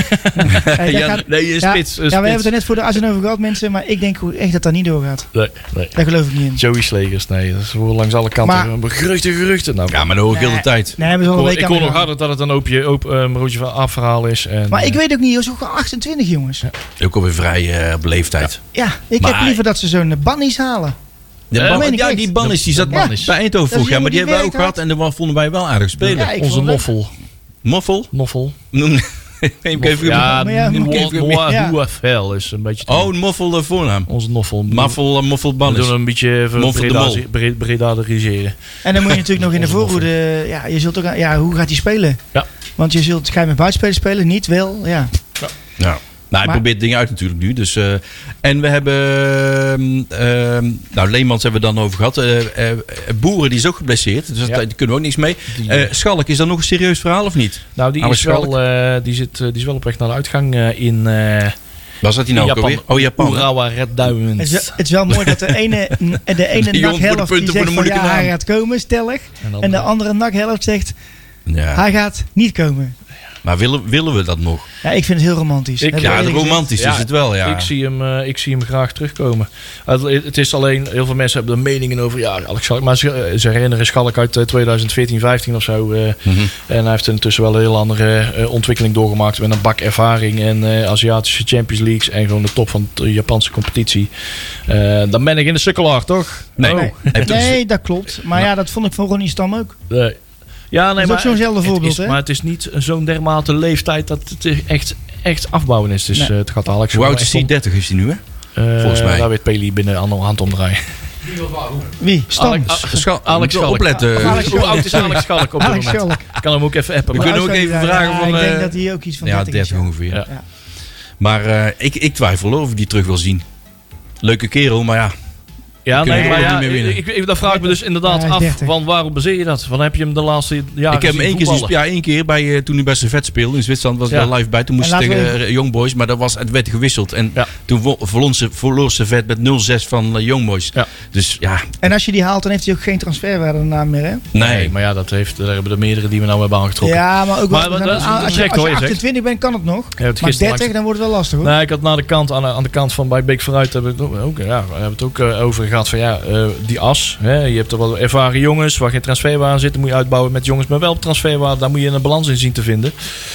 Hey, dat ja, gaat- nee, een ja, spits. Een ja, we hebben spits. het er net voor de uitzending over gehad, mensen. Maar ik denk hoe- echt dat dat niet doorgaat. Nee, nee. Daar geloof ik niet in. Joey Slegers, nee. Dat is voor langs alle kanten. Maar- geruchten, geruchten. Nou, Ja, maar dat hoor ik heel de Nee. tijd. Nee, hebben ik ze al een hoor, week ik aan hoor de nog gang. harder dat het een oopje, oop, um, roodje van afverhaal is. En, Maar ik eh, weet ook niet, joh, zo gewoon achtentwintig jongens. Ja, Ook alweer vrij eh, op leeftijd. ik Maar- heb liever dat ze zo'n Bannies halen. De Eh, ban- meen ik ja, echt. die Bannis die De- zat de Bannis. bij Eindhoven Dat is vorig jaar, maar die een jongen hebben wij ook die gehad en daar vonden wij wel aardig spelen. Ja, ik onze vond het Noffel. Moffel? Noffel. Noem even even- Ja, Maar ja, Noa- moet ik- Noa- ja. Noafel is een beetje... te- Oh, een Moffel de voornaam. onze Noffel. Moffel, eh, Moffel We Bannis. doen een beetje Moffel de Mol. Bredariseren. En dan moet je natuurlijk nog in de Onze Noffel. voorhoede... Ja, je zult ook, aan- ja, hoe gaat hij spelen? Ja. Want je zult, ga je met buitenspelers spelen? Niet, wel, ja. Ja. Nou, hij Maar- probeert dingen uit natuurlijk nu. Dus, eh, en we hebben... ehm, ehm, nou, Leemans hebben we dan over gehad. Eh, eh, Boeren, die is ook geblesseerd. Dus dat- Ja. daar kunnen we ook niks mee. Die, Eh, Schalk, is dat nog een serieus verhaal of niet? Nou, die Alex is, wel, eh, die, zit, eh, die is wel op weg naar de uitgang eh, in, eh Waar zat hij nou ook Japan. alweer? Oh, Japan. hè? Urawa Red Het is, Diamonds. wel- het is wel mooi dat de ene, de ene Die jongen voor de nakhelft die punten voor zegt de van moeilijke ja, hij naam. gaat komen, stellig. dan, En de eh, andere nakhelft zegt Ja. hij gaat niet komen. Maar willen, willen we dat nog? Ja, ik vind het heel romantisch. Ik- Heb Ja, ik het eerlijk gezegd. romantisch Ja, is het wel, ja. Ik, zie hem, eh, ik zie hem graag terugkomen. Het, het is alleen, heel veel mensen hebben er meningen over. Ja, Alex Schalk. Maar ze, ze herinneren Schalk uit eh, twintig veertien, vijftien of zo. eh, Mhm. En hij heeft intussen wel een heel andere eh, ontwikkeling doorgemaakt. Met een bak ervaring en eh, Aziatische Champions Leagues. En gewoon de top van de Japanse competitie. Eh, dan ben ik in de sukkelaar, toch? Nee. Oh. Hij heeft ook- Nee, dat klopt. Maar ja, dat vond ik van Ronnie Stam ook. Nee. Ja, nee, dat is maar ook zo'nzelfde het voorbeeld, is, hè? Maar het is niet zo'n dermate leeftijd dat het echt, echt afbouwen is. Dus Nee. uh, het gaat Alex Hoe gewoon oud is echt hij? om. dertig is hij nu, hè? Uh, Volgens mij. Daar weet Peli binnen aan de hand omdraaien. Wie? Stan. Alex, Schal- Alex moet je Schalk. opletten. Alex Hoe oud is Alex Schalk op dit Alex moment? Schalk. Ik kan hem ook even appen. We maar- kunnen ook Hoe oud even zou die vragen zijn? van, Ja, ik denk eh, dat hij ook iets van Ja, dertig is. dertig ongeveer. Ja. Ja. Maar uh, ik, ik twijfel of ik die terug wil zien. Leuke kerel, maar ja. Ja, kunnen nee, we maar ook ja, niet meer winnen. ik, ik, dat vraag ik me dus inderdaad Ja, hij is af. dertig. Van waarom baseer je dat? Want heb je hem de laatste jaren ik heb hem gezien één keer, zien voetballen? spe- ja, één keer bij, uh, toen hij bij Servet speelde. In Zwitserland was ik Ja. daar live bij. Toen moest En hij laten tegen we uh, Young Boys. Maar dat was, het werd gewisseld. En Ja. toen vo- verloor ze- verloor Servet met nul zes van uh, Young Boys. Ja. Dus ja, En als je die haalt, dan heeft hij ook geen transferwaarde daarna meer, hè? nee. Nee, maar ja, dat heeft, daar hebben er meerdere die we nou hebben aangetrokken. Ja, maar ook Maar wel- dat- dat is als je, terecht, als hoor, je je zegt. achtentwintig bent, kan het nog. Ja, het Maar gisteren dertig, langs- dan wordt het wel lastig, hoor. Nee, ik had naar de kant, aan de, aan de kant van bij Beek vooruit hebben we het ook, ja, we hebben het ook uh, over gehad van ja, uh, die as. Hè, je hebt er wel ervaren jongens waar geen transferwaarde aan zit. Dan moet je uitbouwen met jongens met wel transferwaarde. Daar moet je een balans in zien te vinden.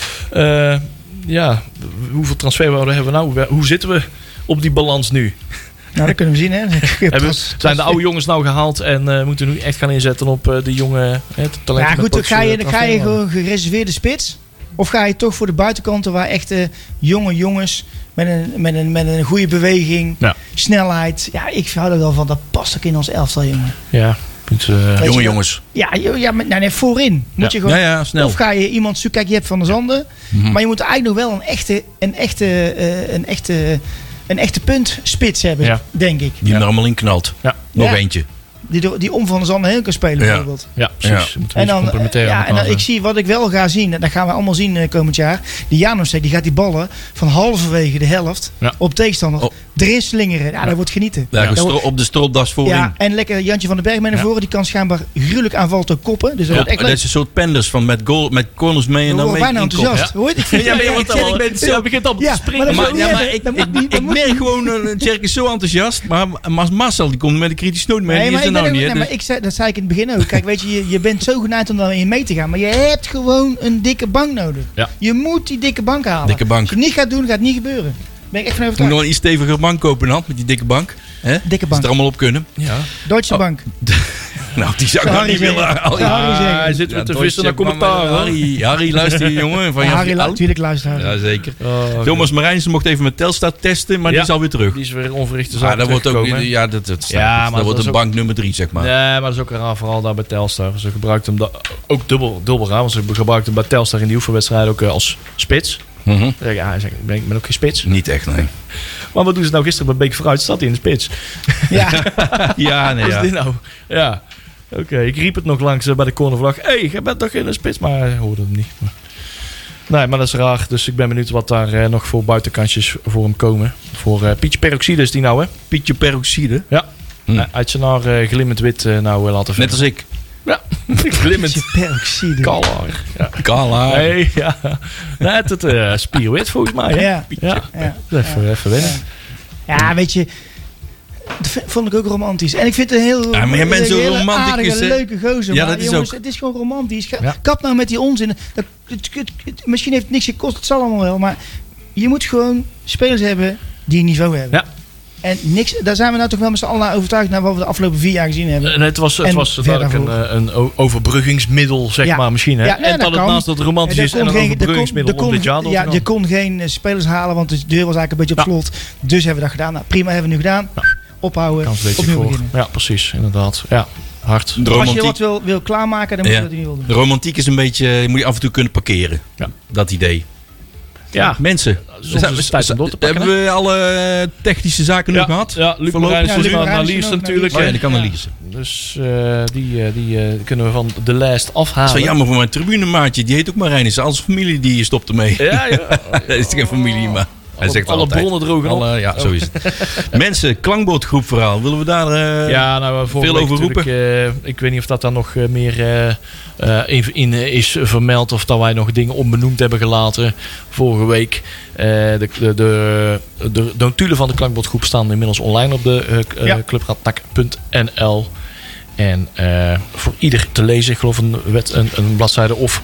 Uh, ja, hoeveel transferwaarde hebben we nou? Hoe zitten we op die balans nu? Nou, dat kunnen we zien, hè? Hebben, Pas- zijn de oude jongens nou gehaald en uh, moeten nu echt gaan inzetten op uh, de jonge uh, talenten? Ja, goed, met dan ga je, pots, uh, dan ga je transferwaarde? gewoon gereserveerde spits. Of ga je toch voor de buitenkanten waar echte jonge jongens met een, met een, met een goede beweging, Ja. snelheid. Ja, ik hou er wel van. Dat past ook in ons elftal, jongen. Ja, moet, uh, Weet je Jonge wel? jongens. Ja, jo- ja maar, nou, nee, voorin moet Ja. je gewoon. Ja, ja, snel. Of ga je iemand zoeken. Kijk, je hebt Van der Zanden. Mhm. Maar je moet eigenlijk nog wel een echte, een echte, eh, een echte, een echte puntspits hebben, Ja. denk ik. Die Ja. er allemaal in knalt. Ja. Nog Ja. eentje. Die, door- die om Van der Zanden heen kan spelen, Ja. bijvoorbeeld. ja, precies. Ja. Moeten we En iets dan, complementair ja, aan en dan, elkaar ik zie wat ik wel ga zien, en dat gaan we allemaal zien uh, komend jaar. Die Janusek, die gaat die ballen van halverwege de helft Ja. op tegenstander Oh. erin slingeren. Ja, dat wordt genieten. Ja, Ja. gestro- op de stropdas voorin. Ja, en lekker Jantje van den Berg mee naar Ja. voren. Die kan schijnbaar gruwelijk aanvalt ook koppen. Dus dat Ja. wordt echt Dat leuk. is een soort penders van met, goal, met corners mee en We dan worden mee bijna inkoppen. enthousiast. Hoor je? Ik vind Ja, maar je wordt ik- al- ik- je begint al te Ja, springen. maar dat Maar, moet ja, niet maar hebben. ik, Dat ik, moet niet- dat ik moet merk niet. gewoon, uh, Tjerk is zo enthousiast, maar maar Marcel die komt met een kritisch noot mee. Nee, die maar, is er ik ben nou ook- niet. nee, hè, maar ik zei, dat zei ik in het begin ook. Kijk, weet je, je, je bent zo geneigd om daarin mee te gaan. Maar je hebt gewoon een dikke bank nodig. Ja. Je moet die dikke bank halen. Dikke bank. Als je het niet gaat doen, gaat het niet gebeuren. Ben ik echt van dus moet overtuigd. nog een iets steviger bank kopen dan, met die dikke bank. Hè? Dikke Als bank. het er allemaal op kunnen. Ja. Deutsche Oh. Bank. Nou, die zou ik Zou nog niet Harry willen zeggen. halen. Zou Harry Ah, zeggen. hij zit weer Ja, te Deutsche vissen naar Bank, commentaar. hoor. Harry, Harry, luister je jongen. Van Ja, Jan- Harry, Au. natuurlijk luisteren. Ja, zeker. Oh, oké. Thomas Marijnissen mocht even met Telstar testen, maar Ja. die is alweer terug. Die is weer onverrichte Ja, zaak dat wordt ook, teruggekomen. ja, dat, dat, Ja, ja, maar dat dat wordt is een ook- bank nummer drie, zeg maar. Nee, maar dat is ook een raar verhaal daar bij Telstar. Ze gebruikten hem da- ook dubbel, dubbel raar. Want ze gebruikten hem bij Telstar in die oefenwedstrijd ook eh, als spits. Mhm. Dan zeg ik, ja, hij zegt, ik ben, ik ben ook geen spits. Niet echt, nee. Maar wat doen ze nou gisteren bij Beek vooruit? Staat hij in de spits? Ja. Ja, nee, Wat ja. is dit nou? Ja. Oké, ik riep het nog langs eh, bij de cornervlag. Hé, hey, jij bent toch in de spits? Maar hij hoorde hem niet. Maar- Nee, maar dat is raar. Dus ik ben benieuwd wat daar eh, nog voor buitenkantjes voor hem komen. Voor eh, Pietje Peroxide is die nou, hè? Pietje peroxide. Ja. Hm. Eh, uit zijn haar eh, glimmend wit eh, nou eh, laten Net als ik. Ja, glimmend Peroxide. kaal haar. Ja. Kaal haar. Nee, ja. Nee, het is uh, spierwit volgens mij, hè? Ja. Ja. Ja. Even, even wennen. Ja, weet je. Dat v- vond ik ook romantisch. En ik vind het een heel, Ja, maar jij bent een zo hele romanticus, aardige, hè? leuke gozer. Ja, maar dat is jongens, ook. het is gewoon romantisch. Ga- Ja. Kap nou met die onzin. Dat, het, het- het- misschien heeft het niks gekost, het zal allemaal wel. Maar je moet gewoon spelers hebben die een niveau hebben. Ja. En niks, daar zijn we nou toch wel met z'n allen overtuigd naar wat we de afgelopen vier jaar gezien hebben. En het was, het En was ver duidelijk een, daarvoor. eh, een o- overbruggingsmiddel, zeg Ja. maar, misschien. Hè? Ja, nee, en dat dat het kan. naast dat het romantisch Er is kon en een geen- er kon- overbruggingsmiddel er kon- om dit jaar door te Ja, gaan. je kon geen eh, spelers halen, want de deur was eigenlijk een beetje op Ja. slot. Dus hebben we dat gedaan. Nou, prima, hebben we nu gedaan. Ja. Ophouden, Kans weet je opnieuw voor. beginnen. Ja, precies, inderdaad. Ja, hard. De Als je romantiek, wat wil, wil klaarmaken, dan moet Ja. je dat nu wel doen. de romantiek is een beetje, je moet je af en toe kunnen parkeren. Ja. Dat idee. Ja, Mensen, soms is het tijd om door te pakken. hebben we alle eh, technische zaken nu ja, gehad? ja, Luc Voorlopig Marijnissen Ja, is Luc naar, naar Marijnissen Liers ook, naar natuurlijk. Oh ja, hè. die kan Ja. er lezen. Dus eh, die, eh, die eh, kunnen we van de lijst afhalen. Dat is wel jammer voor mijn tribunemaatje. Die heet ook Marijnissen. Als familie die stopt ermee. Ja, ja. Dat is geen familie, maar hij Alle- zegt alle altijd. bronnen drogen op. Alle- Ja, zo is het. Mensen, klankbordgroepverhaal. Willen we daar eh, Ja, nou, vorige veel week over roepen? natuurlijk, eh, ik weet niet of dat daar nog eh, meer eh, eh, in, in eh, is vermeld. Of dat wij nog dingen onbenoemd hebben gelaten. Vorige week. Eh, de, de, de, de notulen van de klankbordgroep staan inmiddels online op de uh, Ja. clubradnak punt n l. En eh, voor ieder te lezen. Ik geloof een, wet, een, een bladzijde of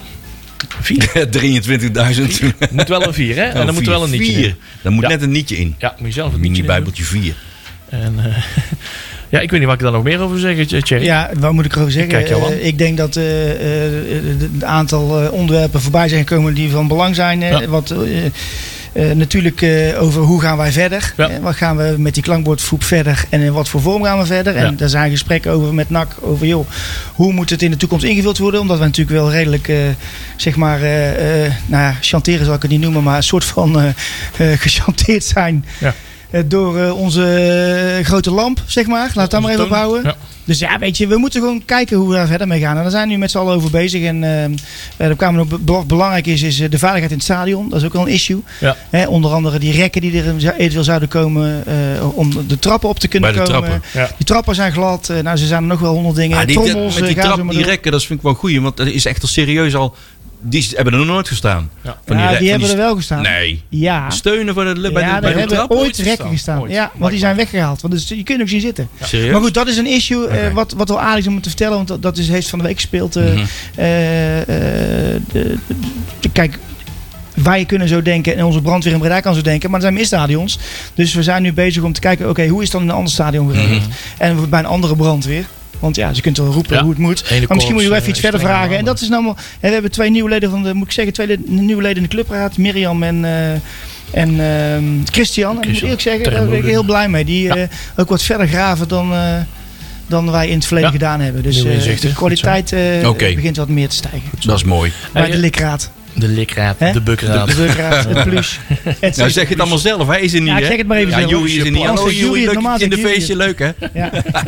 vier. drieëntwintigduizend. Moet wel een vier, hè? En dan moet er wel een nietje Vier. in. Daar moet Ja. net een nietje in. Ja, moet je zelf een Een nietje in doen. mini-bijbeltje vier. En, eh, Ja, ik weet niet wat ik daar nog meer over zeg, Thierry. Ja, wat moet ik erover zeggen? Ik kijk jou aan. Uh, ik denk dat het uh, aantal uh, onderwerpen voorbij zijn gekomen die van belang zijn. Ja. Wat, uh, uh, natuurlijk uh, over hoe gaan wij verder. Ja. Uh, wat gaan we met die klankbordgroep verder en in wat voor vorm gaan we verder. Ja. En daar zijn gesprekken over met N A C. Over joh, hoe moet het in de toekomst ingevuld worden. Omdat we natuurlijk wel redelijk, uh, zeg maar, uh, uh, nou ja, chanteren zal ik het niet noemen. Maar een soort van uh, uh, gechanteerd zijn. Ja. Door uh, onze uh, grote lamp, zeg maar. Laat het daar maar even op houden. Ja. Dus ja, weet je, we moeten gewoon kijken hoe we daar verder mee gaan. En daar zijn we nu met z'n allen over bezig. En uh, er kwamen nog be- belangrijk is, is de veiligheid in het stadion. Dat is ook wel een issue. Ja. Hè, onder andere die rekken die er eventueel zouden komen uh, om de trappen op te kunnen Bij de komen. Trappen. Ja. Die trappen zijn glad. Uh, nou, ze zijn er nog wel honderd dingen. Ah, die, Trommels, met die, uh, trap, die rekken, dat vind ik wel goed. Want dat is echt al serieus al... Die hebben er nog nooit gestaan. Ja, van die, ja, die hebben die er wel gestaan. Nee. Ja. Steunen voor de, bij ja, de, bij de hebben trap? ooit rekken gestaan. Ooit. Ja, want die zijn weggehaald. Want dus, je kunt ook zien zitten. Ja. Serieus? Maar goed, dat is een issue uh, okay. wat, wat wel aardig is om te vertellen. Want dat, dat is, heeft van de week gespeeld. Uh, mm-hmm. uh, uh, de, de, kijk, wij kunnen zo denken en onze brandweer in Breda kan zo denken. Maar er zijn meer stadions. Dus we zijn nu bezig om te kijken, oké, okay, hoe is het dan in een ander stadion geregeld? Mm-hmm. En bij een andere brandweer. Want ja, ze kunt wel roepen ja. hoe het moet. Hele maar misschien moet je wel even iets verder vragen. En dat is nou, we hebben twee nieuwe leden van de, moet ik zeggen, twee leden, nieuwe leden in de clubraad. Mirjam en, uh, en uh, Christian. En ik moet eerlijk zeggen, daar ben ik heel blij mee. Die ja. uh, ook wat verder graven dan, uh, dan wij in het verleden ja. gedaan hebben. Dus uh, de kwaliteit uh, okay. begint wat meer te stijgen. Dat is mooi. Bij de likraad. De likraad, He? de bukraad. De, de bukraad, het plus. Het nou zeg je het allemaal zelf, hij is er niet. Ja, ik zeg het maar even ja, zelf. Joey is er niet. Oh, Joey, in de feestje, leuk hè? Ja.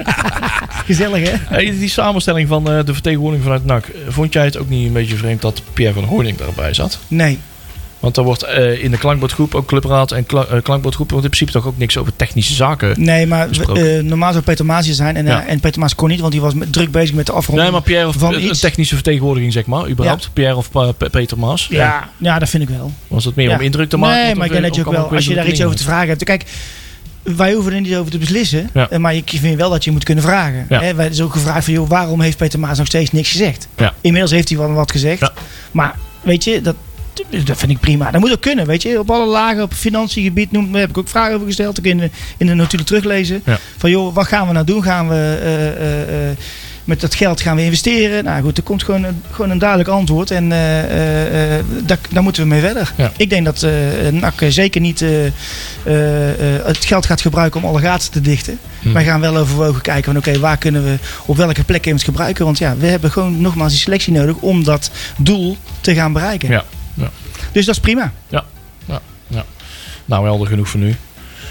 Gezellig hè? Hey, die samenstelling van uh, de vertegenwoordiging vanuit N A C. Vond jij het ook niet een beetje vreemd dat Pierre van Hooydonk daarbij zat? Nee. Want er wordt uh, in de klankbordgroep, ook clubraad en kla- uh, klankbordgroep, wordt in principe toch ook niks over technische zaken. Nee, maar uh, normaal zou Peter Maas hier zijn. En, ja. uh, en Peter Maas kon niet, want die was met, druk bezig met de afronding. Nee, maar Pierre of van een iets. technische vertegenwoordiging, zeg maar, überhaupt. Ja. Pierre of uh, P- Peter Maas. Ja. Ja, ja, dat vind ik wel. Was het meer ja. om indruk te maken? Nee, maar ik denk dat je ook wel, als je daar iets over te vragen hebt. Kijk, wij hoeven er niet over te beslissen. Ja. Maar ik vind wel dat je moet kunnen vragen. Ja. Hè, wij is ook gevraagd van, joh, waarom heeft Peter Maas nog steeds niks gezegd? Ja. Inmiddels heeft hij wel wat gezegd. Ja. Maar weet je, dat... Dat vind ik prima. Dat moet ook kunnen, weet je. Op alle lagen, op financiegebied, noem, daar heb ik ook vragen over gesteld. Ik in de, in de notulen teruglezen. Ja. Van joh, wat gaan we nou doen? Gaan we uh, uh, uh, met dat geld gaan we investeren? Nou goed, er komt gewoon een, gewoon een duidelijk antwoord. En uh, uh, daar, daar moeten we mee verder. Ja. Ik denk dat uh, N A C zeker niet uh, uh, uh, het geld gaat gebruiken om alle gaten te dichten. Hmm. Wij gaan wel overwogen kijken van oké, okay, waar kunnen we, op welke plekken we het gebruiken? Want ja, we hebben gewoon nogmaals die selectie nodig om dat doel te gaan bereiken. Ja. Ja. Dus dat is prima. Ja, ja, ja. Nou, helder genoeg voor nu.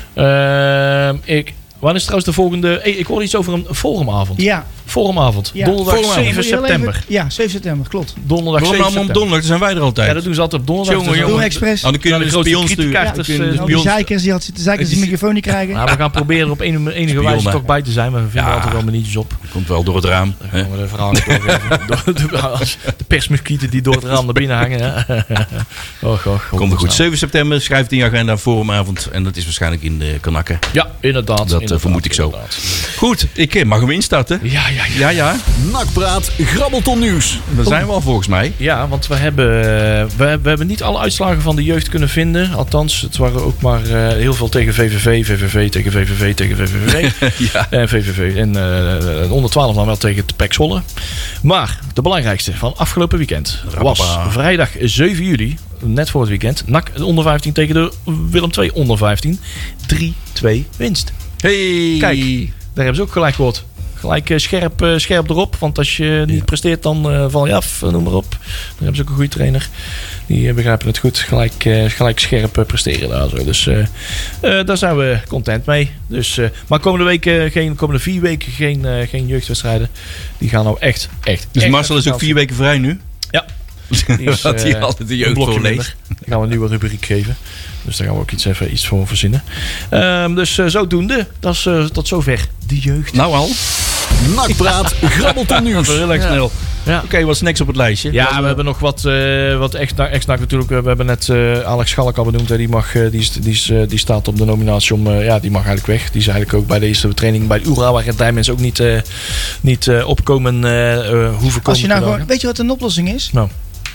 Uh, ik, wanneer is trouwens de volgende... Hey, ik hoorde iets over een forumavond. Ja. Forumavond. Ja. Donderdag forumavond. zeven september. Even, ja, zeven september, klopt. Donderdag zeven september. Op donderdag, dan zijn wij er altijd. Ja, dat doen ze altijd op donderdag. Jongen, jongen. Doen we expres. Oh, dan kunnen we de spion sturen. Ja, de die zeikers, die had zitten zeikers die microfoon niet krijgen. Nou, we gaan proberen op een, enige Spion, wijze toch bij te zijn. Maar we vinden ja. altijd wel manietjes op. Komt wel door het raam. Dan gaan we de verhalen door, de persmuskieten die door het raam naar binnen hangen. Och, och, komt goed. zeven september, schrijft in je agenda forumavond. En dat is waarschijnlijk in de Kanakken. Ja, inderdaad. Dat inderdaad, vermoed ik zo. Inderdaad. Goed, ik mag hem instarten. Ja, ja, ja. ja, ja. Nakpraat, grabbelton nieuws. Daar zijn we al volgens mij. Ja, want we hebben, we, we hebben niet alle uitslagen van de jeugd kunnen vinden. Althans, het waren ook maar uh, heel veel tegen V V V, V V V tegen V V V tegen V V V. ja. En V V V. En uh, onder twaalf dan wel tegen de P E C Zwolle. Maar de belangrijkste van afgelopen weekend was Rappapa. vrijdag zeven juli. Net voor het weekend. N A C onder vijftien tegen de Willem twee onder vijftien. drie twee winst. Hey. Kijk, daar hebben ze ook gelijk gehoord. Gelijk uh, scherp, uh, scherp erop. Want als je niet ja. presteert, dan uh, val je af. Uh, noem maar op. Dan hebben ze ook een goede trainer. Die uh, begrijpen het goed. Gelijk, uh, gelijk scherp uh, presteren daar zo. Dus uh, uh, daar zijn we content mee. Dus, uh, maar komende, week, uh, geen, komende vier weken geen, uh, geen jeugdwedstrijden. Die gaan nou echt, echt. Dus echt Marcel is ook vier weken vrij nu? Ja. Die is, dat hij uh, altijd de jeugd voorleest. Dan gaan we een nieuwe rubriek geven. Dus daar gaan we ook iets, even iets voor verzinnen. Um, dus uh, zodoende. Dat is uh, tot zover de jeugd. Nou al. Nakpraat, grabbelton nieuws. Heel erg snel. Ja. Oké, okay, wat snacks op het lijstje? Ja, we hebben nog wat, uh, wat echt, echt natuurlijk. We hebben net uh, Alex Schalk al benoemd. Hè. Die, mag, uh, die, is, die, is, uh, die staat op de nominatie om... Uh, ja, die mag eigenlijk weg. Die is eigenlijk ook bij de eerste training bij de U R A... waar het mensen ook niet, uh, niet uh, opkomen uh, uh, hoeven komen. Als je nou gewoon, weet je wat een oplossing is? Nou.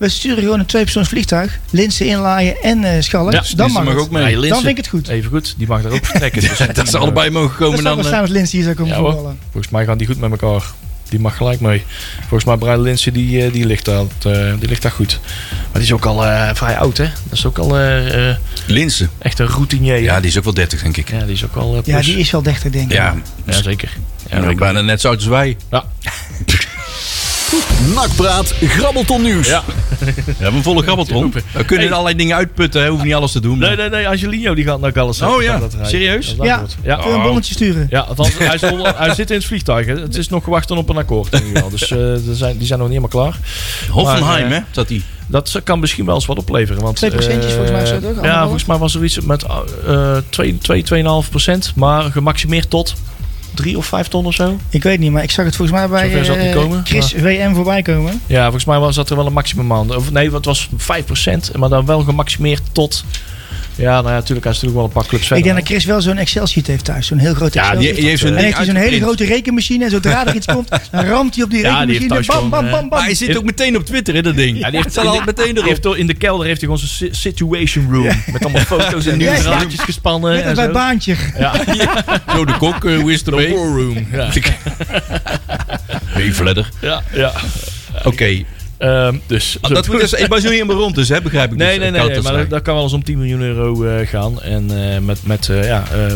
we sturen gewoon een tweepersoons vliegtuig. Linsen inlaaien en uh, Schalk. Ja, dan mag mag het. ook mee. Nee, Dan Linssen, vind ik het goed. even goed, die mag daar ook vertrekken. Dus Dat ze allebei mogen Dat komen zou dan... wel uh, staan als Linsen hier zou komen Ja, hoor. voetballen. volgens mij gaan die goed met elkaar. Die mag gelijk mee. Volgens mij Brian Linssen, die, uh, die, ligt daar, uh, die ligt daar goed. Maar die is ook al uh, vrij oud, hè? Dat is ook al uh, uh, Linssen. echt een routinier. Ja, die is ook wel dertig, denk ik. ja, die is ook al uh, Ja, die is wel dertig, denk ik. Ja, Ja, zeker. Ja, ja, zeker. bijna net zo oud als wij. Ja. Nakpraat, grabbelton nieuws. Ja. We hebben een volle grabbelton. We kunnen Hey. allerlei dingen uitputten, hè. Hoeven niet alles te doen. maar- Nee, nee, nee. Angelino die gaat naar Galles. Oh ja, serieus? Ja. Ja. Kun je een bonnetje sturen? Ja, althans, hij, is al- hij zit in het vliegtuig. Hè. Het is nog gewacht op een akkoord. In ieder geval. Dus uh, zijn, die zijn nog niet helemaal klaar. Hoffenheim, Maar, uh, hè, zat hij. Dat kan misschien wel eens wat opleveren. Want, Twee procentjes eh, volgens mij of zo, toch? Ja, Anderhalf? volgens mij was er iets met uh, twee, twee, twee komma vijf procent. Maar gemaximeerd tot drie of vijf ton of zo. Ik weet niet, maar ik zag het volgens mij bij Zover zal het niet eh, komen, Chris V M voorbij komen. Ja, volgens mij was dat er wel een maximum aan. Of nee, het was vijf procent. Maar dan wel gemaximeerd tot... Ja, nou ja, natuurlijk. Hij is natuurlijk wel een paar clubs Ik verder. denk dat Chris wel zo'n Excel-sheet heeft thuis. Zo'n heel groot Ja, Excel. die, die heeft zo'n en ding heeft hij zo'n hele uitgeprint. grote rekenmachine. En zodra er iets komt, dan ramt hij op die Ja, die heeft rekenmachine. thuis Bam, gewoon, bam, eh, bam, bam. Maar hij zit ook meteen op Twitter, hè, dat ding. Ja, die heeft, staat al meteen die erop. heeft door- in de kelder heeft hij gewoon zijn si- situation room. Met allemaal foto's en Ja, ja. nieuwsraadjes gespannen. Net als en bij zo. Baantje. Ja, Zo de kok, uh, hoe is het de ermee? war room. Ja, Hey, Vledder. ja. ja. Oké. Ehm, dus, Ah, dat moet dus, ik was nu niet helemaal rond, dus hè, begrijp ik. Nee, dus, nee, eh, nee, nee, Galatasaray. maar dat, dat kan wel eens om tien miljoen euro uh, gaan. En uh, met, met uh, ja, uh,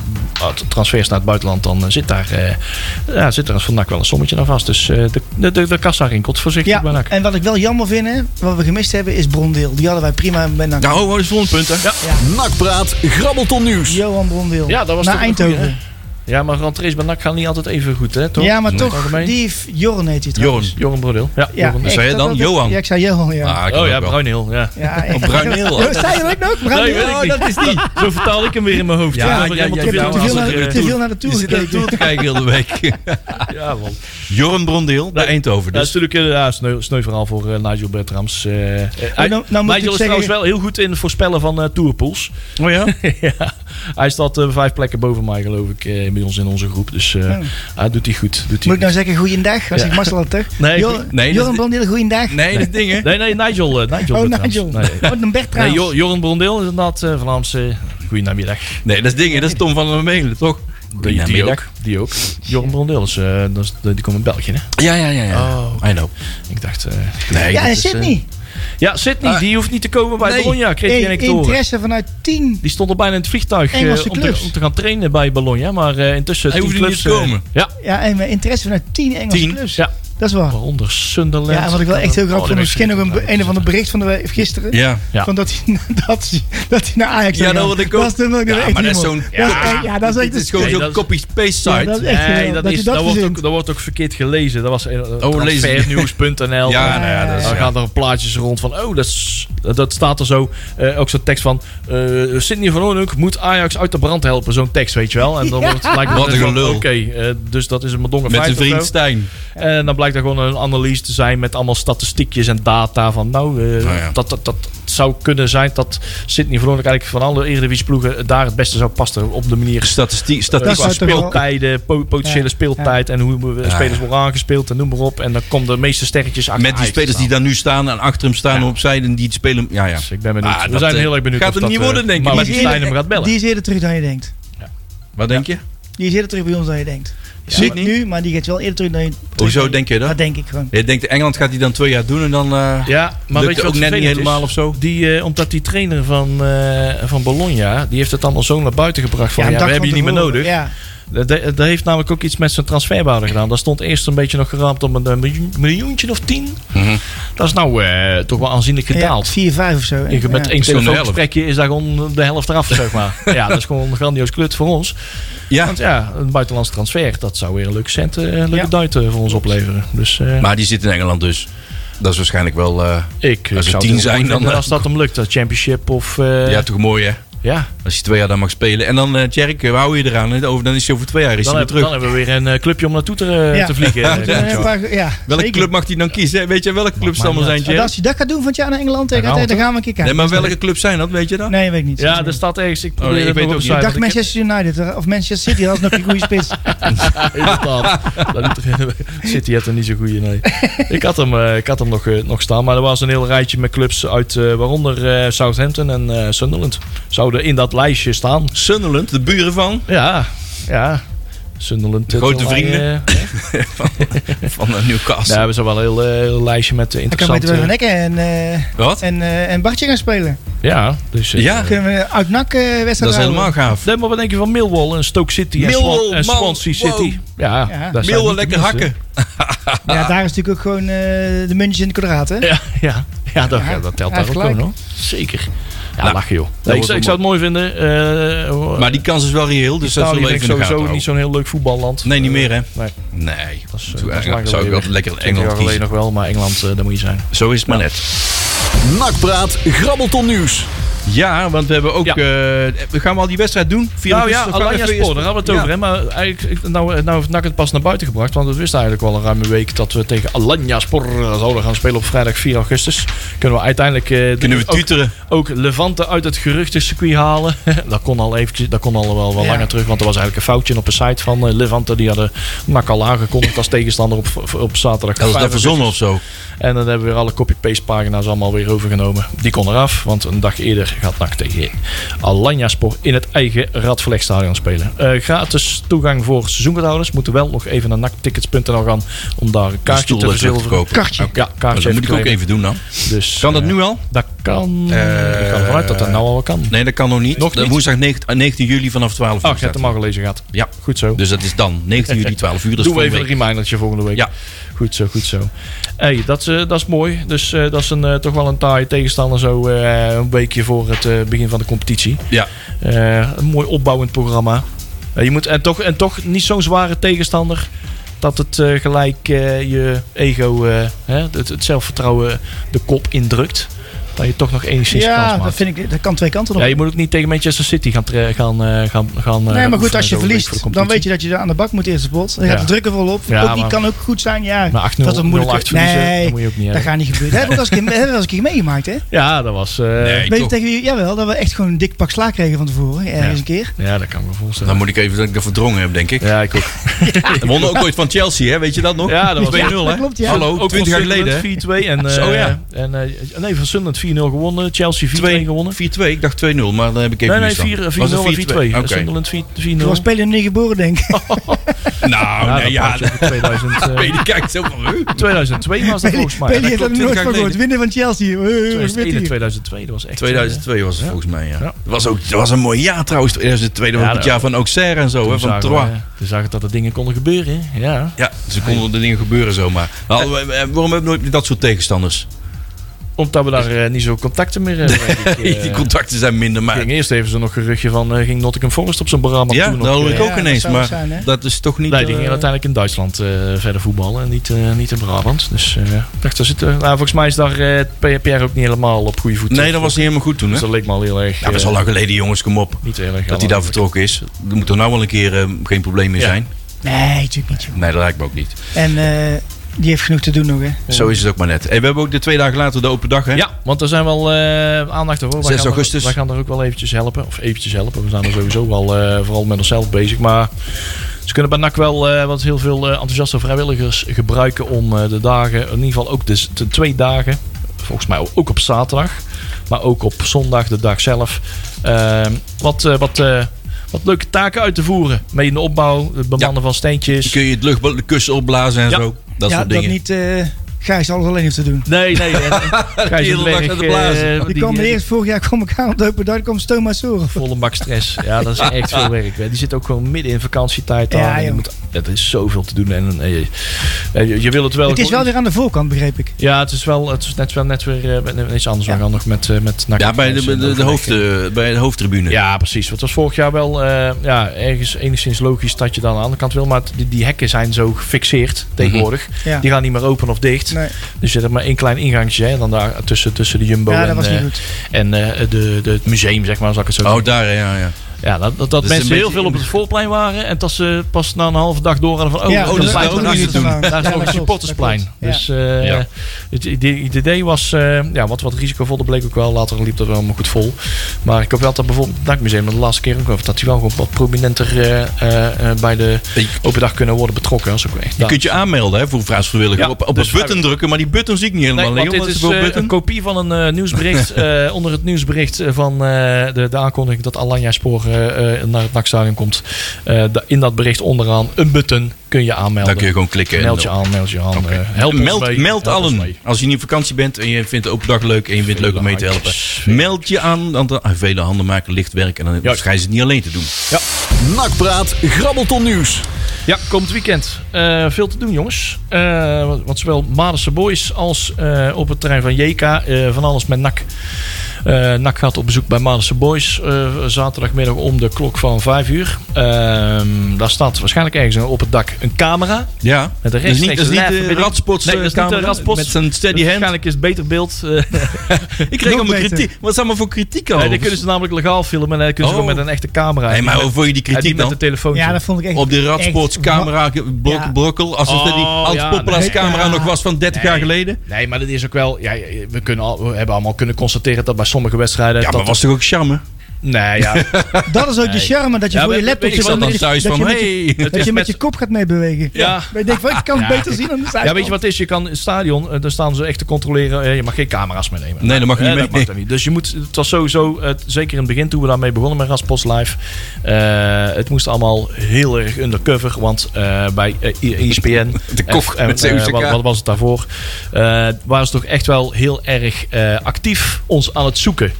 transfers naar het buitenland, dan uh, zit daar, uh, ja, zit er vandaag wel een sommetje naar vast. Dus uh, de, de, de, de kassa rinkelt voorzichtig Ja, bij N A C. en wat ik wel jammer vind, hè, wat we gemist hebben, is Brondeel. Die hadden wij prima bij N A C. Nou, wat is het volgende punt, hè? Ja. Nakpraat, grabbelton nieuws. Johan Brondeel. Ja, dat was naar toch een Eindhoven. goeie, Ja, maar rentrées bij N A C gaan niet altijd even goed, hè? Toch? Ja, maar In het toch, algemeen. die heeft Joran heet hij Joran. trouwens. Joran Brodeel. Ja, Ja, Joran. echt, zei je dat- dan? dat- Johan? Ja, ik zei Johan, ja. Ah, ik Oh ook ja, wel. Bruineel. Ja. Ja, Op Bruineel. Ja, zei je dat ook nog? Nee, Bruineel? weet ik Oh, niet. dat is die. Zo vertaal ik hem weer in mijn hoofd. Ja, Ja, ja, ja, ja, Ik ja, heb ja, te als veel het naar- er- te veel naar de Je Tour zit naar de gekeken. Tour te kijken heel de week. ja, man. Joran Brondeel, bij Eindhoven. Dat Dus. is natuurlijk een ja, sneu, sneu verhaal voor uh, Nigel Bertrams. Uh, hij, nou- nou moet Nigel ik is zeggen- trouwens wel heel goed in het voorspellen van uh, tourpools. Oh ja? ja, hij staat uh, vijf plekken boven mij, geloof ik, uh, bij ons in onze groep. Dus uh, Oh. hij doet hij goed. Doet hij Moet ik goed. nou zeggen goeiedag? Als Ja. ik Marcel had toch? Nee, Jo- goed. Nee, Joran dat- Brondeel, goeiedag. Nee, dat ding, hè? Nee, nee, Nigel. Uh, Nigel Oh, Bertrams. Nigel. Nee, Oh, een Bertrand. nee Jo- Joran Brondeel is inderdaad uh, Vlaamse. Goeiemiddag. Nee, dat is ding, hè? Dat is Tom van der Melen, toch? Die, die ook. Die ook. Joran Brondeel, is, uh, dat is, die komt in België, hè? Ja, ja, ja. ja. Oh, I know. ik dacht... Uh, Nee, Ja, dat en is, Sydney. ja, Sydney, Ah. die hoeft niet te komen bij Nee. Bologna, kreeg Hey, hij ik te horen. interesse vanuit tien. Die stond al bijna in het vliegtuig eh, Engelse om, te, clubs. om te gaan trainen bij Bologna. Maar uh, intussen Hij tien hoefde niet clubs... te eh, komen. ja, Ja, en met interesse vanuit tien Engelse Tien. clubs. ja, Dat is waar. waaronder Sunderland. Ja, en wat ik wel echt heel grappig Oh, vond, dat misschien nog een, weet ik een of ander bericht van de we- gisteren. Ja. Ja. Van dat, hij, dat, hij- dat hij naar Ajax Ja, zou dat gaan. wilde ik ook. Dat is toen ook nog Ja, echt maar dat is humor. zo'n... Dat is echt- ja, dat is echt Het is een- gewoon Nee, zo'n dat is- copy-paste Ja, site. dat is echt Nee, geweldig. dat, Dat is, je dat dat, wordt verzint. ook, dat wordt ook verkeerd gelezen. Dat was uh, Oh, lezen. transfernieuws punt n l. Ja, nou ja, dat is- Dan ja. gaan er plaatjes rond van... Oh, dat, is, dat staat er zo. Uh, ook zo'n tekst van... Uh, Sidney van Oornhoek moet Ajax uit de brand helpen. Zo'n tekst, weet je wel. En dan wordt het lijkt me Wat een van, gelul. Oké, uh, dus dat is een Madonna Met zijn feit of vriend zo. Stijn. En dan blijkt er gewoon een analyse te zijn met allemaal statistiekjes en data van nou, uh, Nou ja. dat, dat, dat zou kunnen zijn dat Sydney Vrolijk eigenlijk van alle Eredivisie-ploegen daar het beste zou passen op de manier Statistiek. uh, Statistiek. zou qua toch wel- speeltijden, po- potentiële Ja, speeltijd en hoe we- Ja. spelers worden aangespeeld en noem maar op. En dan komen de meeste sterretjes achter Met die Ajax spelers te die staan. daar nu staan en achter hem staan Ja. en opzij en die spelen. Ja, ja. Dus ik ben benieuwd. Ah, we dat, zijn eh, heel erg benieuwd gaat of het dat, niet uh, worden, denk ik. maar Die die is Stijn hem gaat bellen. Die is eerder terug dan je denkt. Wat denk je? Die is eerder terug bij ons dan je denkt. Ja, Niet maar- nu, maar die gaat wel eerder terug dan je Hoezo denk je dat? Dat denk ik gewoon. Je denkt Engeland gaat hij dan twee jaar doen en dan uh, Ja, maar lukt weet je het ook wat net niet vervelend helemaal is? of zo? Die, eh, omdat die trainer van, eh, van Bologna, die heeft het allemaal zo naar buiten gebracht van ja, een we dag hebben je van niet meer tevoren. nodig. Ja. Dat, dat dat heeft namelijk ook iets met zijn transferwaarde gedaan. Daar stond eerst een beetje nog geraamd om een, een miljoen- miljoentje of tien. Mhm. Dat is nou eh, toch wel aanzienlijk Ja, gedaald. vier, vijf of zo. hè. Je- Met Ja. één is gewoon de telefoongesprekje is daar gewoon de helft eraf, zeg maar. Ja, dat is gewoon een grandioos klut voor ons. Ja, Want ja, een buitenlands transfer, dat zou weer een leuke cent, eh, een leuke Ja. duit eh, voor ons opleveren. Dus eh, maar die zit in Engeland dus. Dat is waarschijnlijk wel... uh, ik als het zou tien heel zijn, mooi dan, vinden eh, als dat hem lukt, dat championship of... eh, ja, toch mooi hè? ja. Als Als je twee jaar dan mag spelen. En dan, uh, Tjerk, hoe hou je eraan? Over, dan is hij over twee jaar is Dan, hij heb, weer terug. dan hebben we weer een uh, clubje om naartoe te, Ja. te vliegen. Ja, Uh, een paar- ja, Welke zeker. club mag hij dan kiezen? Weet je welke clubs het allemaal zijn, Maar Tjerk? als je dat gaat doen van het jaar naar Engeland, dan Dan gaan gaan we we een keer kijken. Nee, maar welke clubs zijn dat? Weet je dat? Nee, weet ik niet. Ja, er staat ergens. Ik probeer nee, ik het weet nog ook op niet. te Ik dacht cijferen. Manchester United of Manchester City, dat is nog een goede spits. Inderdaad. City had er niet zo goede, nee. Ik had hem, uh, ik had hem nog, uh, nog staan, maar er was een heel rijtje met clubs uit, uh, waaronder uh, Southampton en uh, Sunderland. Zouden in dat lijstje staan. Sunderland, de buren van, Ja, ja. Sunderland. De uh, grote tot mij, vrienden. uh, van uh, Newcastle. ja, we zijn wel een heel, uh, heel lijstje met uh, Dan kan met interessante... Van Nekken en, uh, Wat? en, uh, en Bartje gaan spelen. Ja, dus... uh, Ja. Dan kunnen we uit N A C uh, wedstrijd Dat is helemaal gaaf. Nee, maar wat denk je van Millwall en Stoke City en, Millwall, Swan, en man, Swansea City? wow. Ja, Ja. daar zijn Millwall niet lekker de hakken. minste. Ja, daar is natuurlijk ook gewoon uh, de muntjes in het kwadraat, hè? Ja, ja, ja, dat, Ja, ja, dat telt hij daar ook heeft gewoon, gelijk. hoor. Zeker. Ja, Nou, lachen, joh. dat Nee, ik, was zou- ik wel zou het mooi vinden. Uh, Maar die kans is wel reëel, dus dat Italië zullen we vind ik even in de gaten sowieso houden. niet zo'n heel leuk voetballand. Nee, niet meer, hè? Nee, Nee. dat is, uh, Toen dat is eigenlijk lang zou ik wel geleden. lekker twintig Engeland jaar geleden kiezen. nog wel, maar Engeland, uh, daar moet je zijn. Zo is het maar net. Nakpraat, grabbelton nieuws. Ja, want we hebben ook... Ja. uh, we gaan wel die wedstrijd doen. Via Nou de- ja, of gaan we Alanya even Sport, eerst- daar hadden we het over. Ja. Hè? Maar eigenlijk, ik- nou, nou heeft N A C het pas naar buiten gebracht. Want we wisten eigenlijk wel een ruime week dat we tegen Alanya Sport zouden gaan spelen op vrijdag vier augustus. Kunnen we uiteindelijk uh, Kunnen we ook, tuteren? ook Levante uit het geruchtencircuit halen. dat kon al eventjes, dat kon al wel, wel Ja. langer terug. Want er was eigenlijk een foutje op een site van uh, Levante. Die hadden N A C al aangekondigd als tegenstander op, op zaterdag. Dat is dat vijf verzonnen of augustus. zo? En dan hebben we weer alle copy-paste pagina's allemaal weer overgenomen. Die kon eraf, want een dag eerder gaat N A C tegen Alanya Sport in het eigen Radverlegstadion spelen. Uh, gratis toegang voor seizoenkaarthouders. Moeten wel nog even naar naktickets punt n l gaan om daar een Een kaartje stoel te terug te verzilveren. kopen. Kaartje. Oké. Ja, Nou, kaartje dat moet ik ook even even doen dan. Dus, Kan dat uh, nu al? Dat kan. Uh, ik ga ervan uit dat dat nou al wel kan. Nee, dat kan nog niet. Nog niet? Woensdag negentien juli vanaf twaalf uur. Ach, je hebt staat hem al gelezen gehad. Ja. Goed zo. Dus dat is dan negentien juli twaalf uur. Dat is Doen we even volgende een week. remindertje volgende week. Ja. Goed zo, goed zo. Hey, dat, uh, dat is mooi. Dus uh, dat is een, uh, toch wel een taaie tegenstander zo uh, een weekje voor het uh, begin van de competitie. Ja. Uh, een mooi opbouwend programma. Uh, je moet, en, toch, en toch niet zo'n zware tegenstander dat het uh, gelijk uh, je ego, uh, hè, het, het zelfvertrouwen de kop indrukt. Dat je toch nog enigszins kans Ja, maakt. dat vind ik, dat kan twee kanten op. Ja, je moet ook niet tegen Manchester City gaan, tra- gaan, uh, gaan, gaan uh, Nee, maar goed, oefenen als je zo een week verliest, voor de dan weet competitie. je dat je er aan de bak moet eerste pot. Dan Ja. gaat de druk er volop. Ja, ook die maar- kan ook goed zijn. Ja, Maar acht dat nul, het moeilijk nul acht verliezen, Nee, dat moet je ook niet dat hebben. gaat niet gebeuren. Dat heb ik als keer, heb ik wel eens een keer meegemaakt, hè? Ja, dat was... Uh, Nee. Weet je toch? tegen wie? Jawel, dat we echt gewoon een dik pak sla kregen van tevoren. Ergens Ja. een keer. Ja, dat kan ik me voorstellen. Dan moet ik even dat ik dat verdrongen heb, denk ik. Ja, ik ook. We wonnen ook ooit van Chelsea, hè? Weet je dat nog? Ja, dat was twee nul, dat hè? klopt, ja. Hallo, Ook twintig jaar van geleden, hè? Sunderland vier twee en, uh, Zo, ja. en uh, nee, van Sunderland vier nul gewonnen, Chelsea vier twee gewonnen. vier twee, ik dacht twee nul, maar dan heb ik even Nee, nee, misdaan. vier Was vier het nul en vier twee. Oké. Sunderland vier Toen nul. was speler niet geboren, denk ik. Nou, Ja, nee, dat ja. praat je over tweeduizend, uh, Ben je die kijkt zo van... huh? tweeduizend twee was dat volgens mij. Peli Dat heeft er klopt, nooit twintig van jaar gehoord. Winnen van Chelsea. Uh, tweeduizend weet één en je. tweeduizend twee, dat was echt... tweeduizend twee was het ja. volgens mij, ja. Ja. Dat was, ook, dat was een mooi jaar trouwens, tweeduizend twee. Dat was Ja, ook het jaar van Auxerre en zo, Toen hè, van zagen Troyes. we, Toen zagen dat er dingen konden gebeuren. Ja. Ja, ze konden de dingen gebeuren zomaar. Nou, eh, waarom hebben we nooit dat soort tegenstanders? Omdat we daar uh, niet zo contacten meer hebben. denk ik. Uh, Die contacten zijn minder, maar... ging eerst even zo nog geruchtje van uh, ging Nottingham Forest op zijn programma Ja, toe. dat nog, hoor uh, ik ook Ja, ineens, dat zou maar het zijn, hè? dat is toch niet... Nee, die eh, gingen uiteindelijk in Duitsland uh, verder voetballen en niet, uh, niet in Brabant. Dus uh, ik dacht, daar zit, uh, nou, volgens mij is daar uh, Pierre ook niet helemaal op goede voet. Nee, dat was niet helemaal goed toen, hè? Dus dat leek me al heel erg... Ja, dat is al uh, lang geleden, jongens, kom op. niet heel erg Dat hij daar vertrokken is. Er moet er nou wel een keer uh, geen probleem meer Ja. zijn. Nee, natuurlijk niet, joh. Nee, dat lijkt me ook niet. En uh, die heeft genoeg te doen nog, hè? Zo is het ook maar net. En we hebben ook de twee dagen later de open dag, hè? Ja, want er zijn wel uh, aandacht voor. zes augustus. Wij gaan er ook wel eventjes helpen. Of eventjes helpen. We zijn er sowieso wel uh, vooral met onszelf bezig. Maar ze kunnen bij N A C wel uh, wat heel veel uh, enthousiaste vrijwilligers gebruiken om uh, de dagen, in ieder geval ook de, de twee dagen, volgens mij ook op zaterdag, maar ook op zondag, de dag zelf, uh, wat, uh, wat, uh, wat leuke taken uit te voeren. Mee in de opbouw, het bemannen Ja. van steentjes. Kun je het luchtkussen opblazen en Ja. zo. Dat ja, soort dat dingen. niet uh, Gijs alles alleen heeft te doen. Nee, nee. En, en, Gijs Hele dag Berg, aan de blazen. uh, Die kwam de eerst vorig jaar kwam ik aan op de open dag, die kwam Stoma Soren. volle bak stress. Ja, dat is echt veel werk. Hè. Die zit ook gewoon midden in vakantietijd. Ja, aan. En je joh. moet, het is zoveel te doen. En, en je, je, je wil het wel... Het is gewoon- wel weer aan de voorkant, begreep ik. Ja, het is wel, het is net, wel net weer uh, net iets anders. Ja. We gaan nog met, uh, met N A C Ja, bij de, uh, de, de, overleggen. hoofd, uh, bij de hoofdtribune. Ja, precies. Het was vorig jaar wel uh, ja, ergens enigszins logisch dat je dan aan de andere kant wil. Maar die, die hekken zijn zo gefixeerd tegenwoordig. Ja. Die gaan niet meer open of dicht. dicht. Nee. Dus je hebt maar één klein ingangje. Hè, dan daar tussen, tussen de Jumbo Ja, en, dat was niet uh, goed. en uh, de, de, het museum, zeg maar, zal ik het zo Oh, zeggen. daar, ja, ja. Ja, dat, dat, dat Dus mensen een heel beetje veel op het voorplein waren. En dat ze pas na een halve dag door hadden van... Oh, Ja, dat oh, is dat een is plein ook te niet doen. te doen. Daar is Ja, nog dat een klopt, supportersplein. dat klopt. Dus uh, Ja. het, idee, het idee was uh, ja, wat, wat risicovol. Dat bleek ook wel. Later liep dat wel allemaal goed vol. Maar ik hoop wel dat bijvoorbeeld het N A C-museum... de laatste keer ook over dat die wel gewoon wat prominenter uh, uh, uh, bij de open dag kunnen worden betrokken. Dat is ook echt Je kunt je aanmelden hè, voor vrijwilliger. Ja, op op dus een button drukken, maar die button zie ik niet helemaal. Nee, want Leon, dit wat is voor uh, button? een kopie van een uh, nieuwsbericht. uh, onder het nieuwsbericht van uh, de, de aankondiging dat Alanya Spoor uh, uh, naar het N A C-stadion komt. Uh, da, in dat bericht onderaan een button kun je aanmelden. Dan kun je gewoon klikken. Meld je en, aan, meld je aan. Okay. Uh, help ons meld mee. meld help ons allen. mee. Als je niet op vakantie bent en je vindt de open dag leuk en je vindt het leuk om mee te helpen. Meld je aan. Want uh, vele handen maken licht werk. En dan Ja. ga je het niet alleen te doen. Ja. Nakpraat, grabbelton nieuws. Ja, komend weekend. Uh, veel te doen, jongens. Uh, want zowel Madense Boys als uh, op het terrein van J K. Uh, van alles met N A C. Uh, N A C gaat op bezoek bij Madense Boys. Uh, zaterdagmiddag om de klok van vijf uur. Uh, daar staat waarschijnlijk ergens op het dak een camera. Ja. Met een Dat is niet, dat is niet de Radsports Nee, dat is niet de Radsports. met zijn steady hand. Waarschijnlijk is het beter beeld. Uh, Ik kreeg Nog allemaal beter. kritiek. Wat is allemaal voor kritiek al? nee, dan kunnen ze namelijk legaal filmen. En dan kunnen ze Oh. gewoon met een echte camera. Nee, maar En hoe vond je die en niet kritiek met dan? de telefoon. Ja, dat vond ik echt... Op de Radsports echt- camera brok, Ja. brokkel. Alsof dat die Oh, Hans ja, Poppelaars nee. camera Ja. nog was van dertig Nee. jaar geleden. Nee, maar dat is ook wel... Ja, we, kunnen al, we hebben allemaal kunnen constateren dat bij sommige wedstrijden... Ja, dat maar was toch ook charme? Nee, ja. Dat is ook de Nee. charme, dat je Ja, voor je weet- laptop weet ik zit. zat en dan dat je- thuis dat van, je met je- hey. Het Dat is je met met- je kop gaat meebewegen. Ja. Maar je denkt, van, ik kan het Ja. beter zien aan de zijkant. Ja, weet je wat het is? Je kan in het stadion, eh, daar staan ze echt te controleren. eh, Je mag geen camera's meenemen. Nee, dat mag niet Eh, mee. dat mag dan niet. Dus je moet, het was sowieso, eh, zeker in het begin toen we daarmee begonnen met Radsports Live. eh, het moest allemaal heel erg undercover. Want eh, bij eh, E S P N, De kok en, met eh, C O C K. wat, wat was het daarvoor? Eh, waren ze toch echt wel heel erg eh, actief ons aan het zoeken.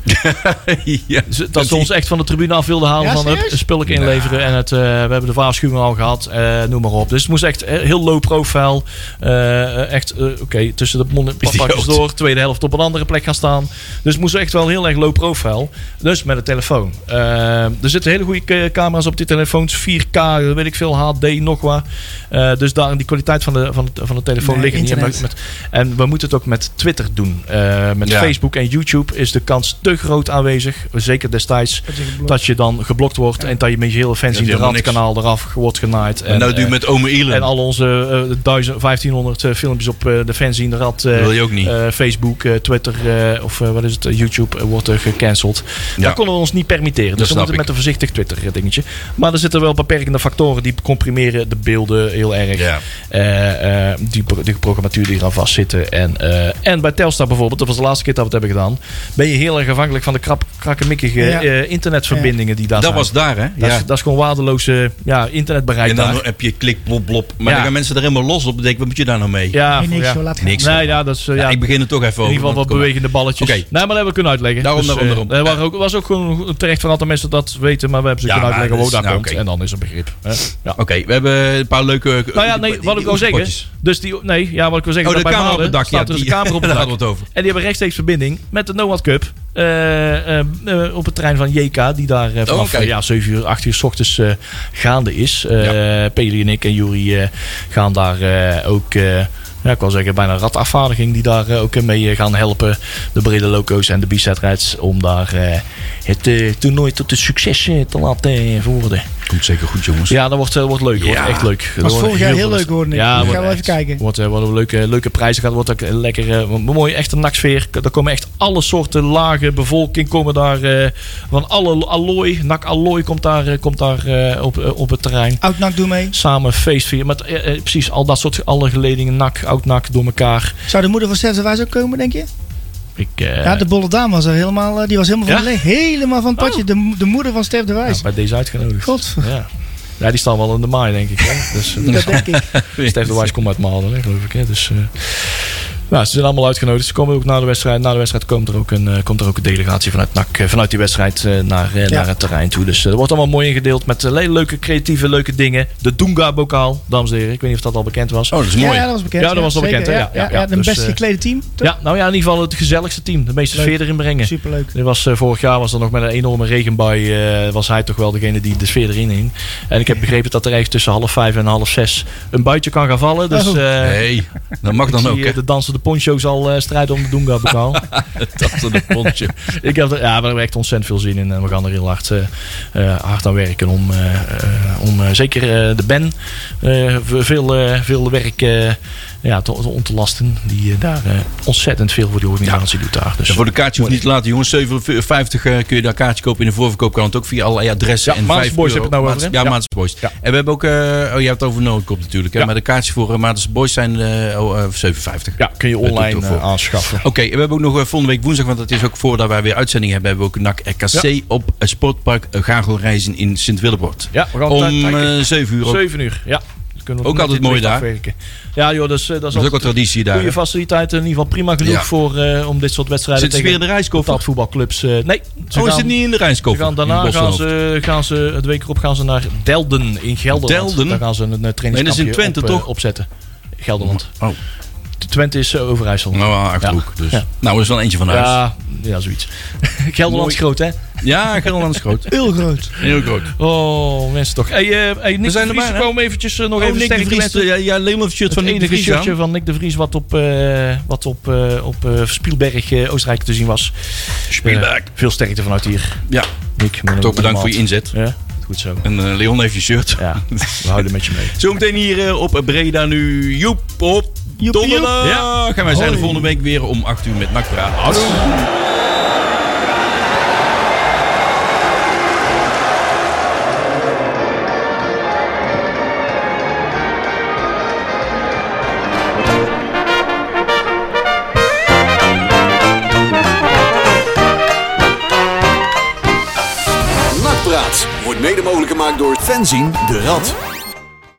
Ja. Dus dat ze ons echt van de tribune af wilden halen Ja, van serieus? hup, spullen inleveren. En het, uh, we hebben de waarschuwing al gehad, uh, noem maar op. Dus het moest echt uh, heel low profile. Uh, echt, uh, oké, okay, tussen de mondpakjes door. Tweede helft op een andere plek gaan staan. Dus het moest echt wel heel erg low profile. Dus met een telefoon. Uh, er zitten hele goede camera's op die telefoons. vier K, weet ik veel, H D, nog wat. Uh, dus daar die kwaliteit van de, van de, van de telefoon Nee, liggen niet. internet. Met, en we moeten het ook met Twitter doen. Uh, met Ja. Facebook en YouTube is de kans te groot aanwezig. Zeker destijds. Dat je geblokt. Dat je dan geblokt wordt en dat je met je hele fancy Ja, die helemaal niks. kanaal eraf wordt genaaid. En nou doe je eh, met ome Elon. en al onze uh, duizend, vijftienhonderd uh, filmpjes op uh, de fanzine rad, uh, Dat wil je ook niet. uh, Facebook, uh, Twitter uh, of uh, wat is het, uh, YouTube uh, wordt uh, gecanceld. Ja. Dat konden we ons niet permitteren. Dat Dus we snap moeten ik. met een voorzichtig Twitter dingetje. Maar er zitten wel beperkende factoren die comprimeren de beelden heel erg. Ja. Uh, uh, die, die programmatuur die eraan vastzitten. En, uh, en bij Telstar bijvoorbeeld, dat was de laatste keer dat we het hebben gedaan, ben je heel erg afhankelijk van de krap, krakkemikkige Ja. uh, internetverbindingen die daar Dat zijn. was daar, hè? Dat, Ja. is, dat is gewoon waardeloze ja, internetbereik En dan daar. heb je klik, blop, blop. Maar Ja. dan gaan mensen er helemaal los op. Dan denk ik, wat moet je daar nou mee? Ja, Nee, niks, ja. joh, laat gaan. Niks. Nee, ja, dat is uh, Ja, ja, ik begin er toch even in over. ieder geval want wat kom maar. bewegende balletjes. Oké. Nee, maar dat hebben we kunnen uitleggen. Daarom, dus, daarom, uh, daarom. Er waren ook, was ook gewoon terecht van aantal mensen dat weten, maar we hebben ze Ja, kunnen maar uitleggen hoe dat dat is- komt. nou, oké. En dan is er begrip. Hè? Ja. Oké, we hebben een paar leuke... Nou ja, nee, wat ik wil zeggen. Dus die, nee, ja, wat ik wil zeggen. Oh, de dat bij camera op Maden het dak. staat Ja, dus die- een camera op het daar dak. hadden we het over. En die hebben rechtstreeks verbinding met de NOAD Cup. Uh, uh, uh, op het terrein van J K, die daar uh, vanaf Oh, okay. ja, zeven uur, acht uur 's ochtends uh, gaande is. Uh, Ja. Peli en ik en Juri uh, gaan daar uh, ook... Uh, ja, ik wil zeggen, bijna een radafvaardiging die daar uh, ook mee uh, gaan helpen. De brede loco's en de B-set rides om daar uh, het uh, toernooi tot een succes uh, te laten uh, voeren. Komt zeker goed, jongens. Ja, dat wordt, uh, wordt leuk. Ja. Wordt echt leuk. Was Er vorig wordt jaar heel veel leuk hoor. Ja, Ja, wordt gaan we even echt- kijken. Wordt, uh, worden leuke, leuke prijzen. Gaat wordt ook lekker uh, een mooie echte naksfeer. Er komen echt alle soorten lagen bevolking komen daar uh, van alle allooi. Nak allooi komt daar, uh, komt daar uh, op, uh, op het terrein. Oud N A C doe mee. Samen feestvieren. Met uh, uh, precies al dat soort alle geledingen. Nak, oud nak door elkaar. Zou de moeder van Stef de Wijs ook komen, denk je? Ik, uh, Ja, de bolle dame was er helemaal, uh, die was helemaal van, Ja? de, helemaal van het padje. Oh. De, de moeder van Stef de Wijs. ja, bij deze uitgenodigd. God, Ja. Ja, die staan wel in de maai, denk ik. Hè? Dus, uh, dat denk ik. Stef de Wijs komt uit Malen, hè, geloof ik. Hè? Dus, uh, Nou, ze zijn allemaal uitgenodigd. Ze komen ook na de wedstrijd. Na de wedstrijd komt er ook een, uh, komt er ook een delegatie vanuit N A C, uh, vanuit die wedstrijd uh, naar, uh, ja. naar het terrein toe. Dus uh, er wordt allemaal mooi ingedeeld met uh, leuke, creatieve, leuke dingen. De Dunga-bokaal, dames en heren. Ik weet niet of dat al bekend was. Oh, dat is mooi. Ja, ja dat was bekend. Ja, dat was al zeker, bekend. Hè? Ja, ja, ja, ja, ja, de dus, best uh, geklede team. Toch? Ja, nou ja, in ieder geval het gezelligste team. De meeste Leuk. sfeer erin brengen. Superleuk. Er was, uh, vorig jaar was er nog met een enorme regenbui. Uh, was hij toch wel degene die de sfeer erin hing. En ik heb begrepen dat er echt tussen half vijf en half zes een buitje kan gaan vallen. Dus, uh, hey, dat mag dan ik ook, zie, hè? uh, de dansende poncho's al uh, strijden om de Dunga-bokaal. Dat is een pontje. Ik heb er, ja, we hebben echt ontzettend veel zin in. En we gaan er heel hard, uh, uh, hard aan werken om, uh, uh, om uh, zeker uh, de Ben uh, veel, uh, veel werk uh, ja, te, te ontlasten. Die uh, daar uh, ontzettend veel voor die organisatie ja. doet daar. Dus, ja, voor de kaartje hoeft niet te laten, jongens. zeven vijftig uh, kun je daar kaartje kopen. In de voorverkoop kan het ook via allerlei adressen. Ja, en Maartens Boys heb ik het nou over. Ja, ja. Maartens Boys. Ja. En we hebben ook, uh, oh, je hebt het over Noordkop natuurlijk. Hè? Ja. Maar de kaartjes voor uh, Maartens Boys zijn uh, oh, uh, zeven vijftig. Ja, kun je online uh, aanschaffen. Oké, okay, we hebben ook nog uh, volgende week woensdag, want dat is ook voordat wij weer uitzending hebben, hebben we ook N A C R K C ja. op het Sportpark Gagelreizen in Sint-Willebord. Ja, we gaan om uh, zeven uur. zeven uur, ja. Kunnen we ook altijd mooi daar. Afwerken. Ja, joh, dat is, dat is, dat is ook een traditie daar. Goede faciliteiten, in ieder geval prima genoeg ja. voor uh, om dit soort wedstrijden. Zitten ze weer in de Rijskoffer? Voetbalclubs. Uh, nee. Ze oh, gaan, is het niet in de Rijskoffer? Ze gaan, daarna gaan ze, gaan ze het week erop gaan ze naar Delden in Gelderland. Delden? Daar gaan ze een, een trainingskampje nee, dat is in Twente, op, toch? Uh, opzetten. Gelderland. Oh. Twente is uh, Overijssel. Nou, Achterhoek. Ja. Dus. Ja. Nou, dat is wel eentje van huis. Ja, ja zoiets. Gelderland is groot, hè? Ja, Gelderland is groot. Heel groot. Heel groot. Oh, mensen toch. Hey, uh, hey Nick We zijn de Vries, erbij, komen eventjes uh, nog oh, even Nick de Vries. Ja, ja, alleen maar het shirt van Nick de Vries shirtje van Nick de Vries wat op, uh, wat op, uh, op uh, Spielberg, uh, Oostenrijk te zien was. Spielberg. Uh, veel sterkte vanuit hier. Ja. Nick, toch bedankt voor je inzet. Ja. Goed zo. En uh, Leon heeft je shirt. Ja, we houden met je mee. Zometeen hier uh, op Breda nu. Joep op donderdag. Ja. Gaan wij zijn de volgende week weer om acht uur met N A C praten. Hallo. Wordt mede mogelijk gemaakt door Fenzien de Rad.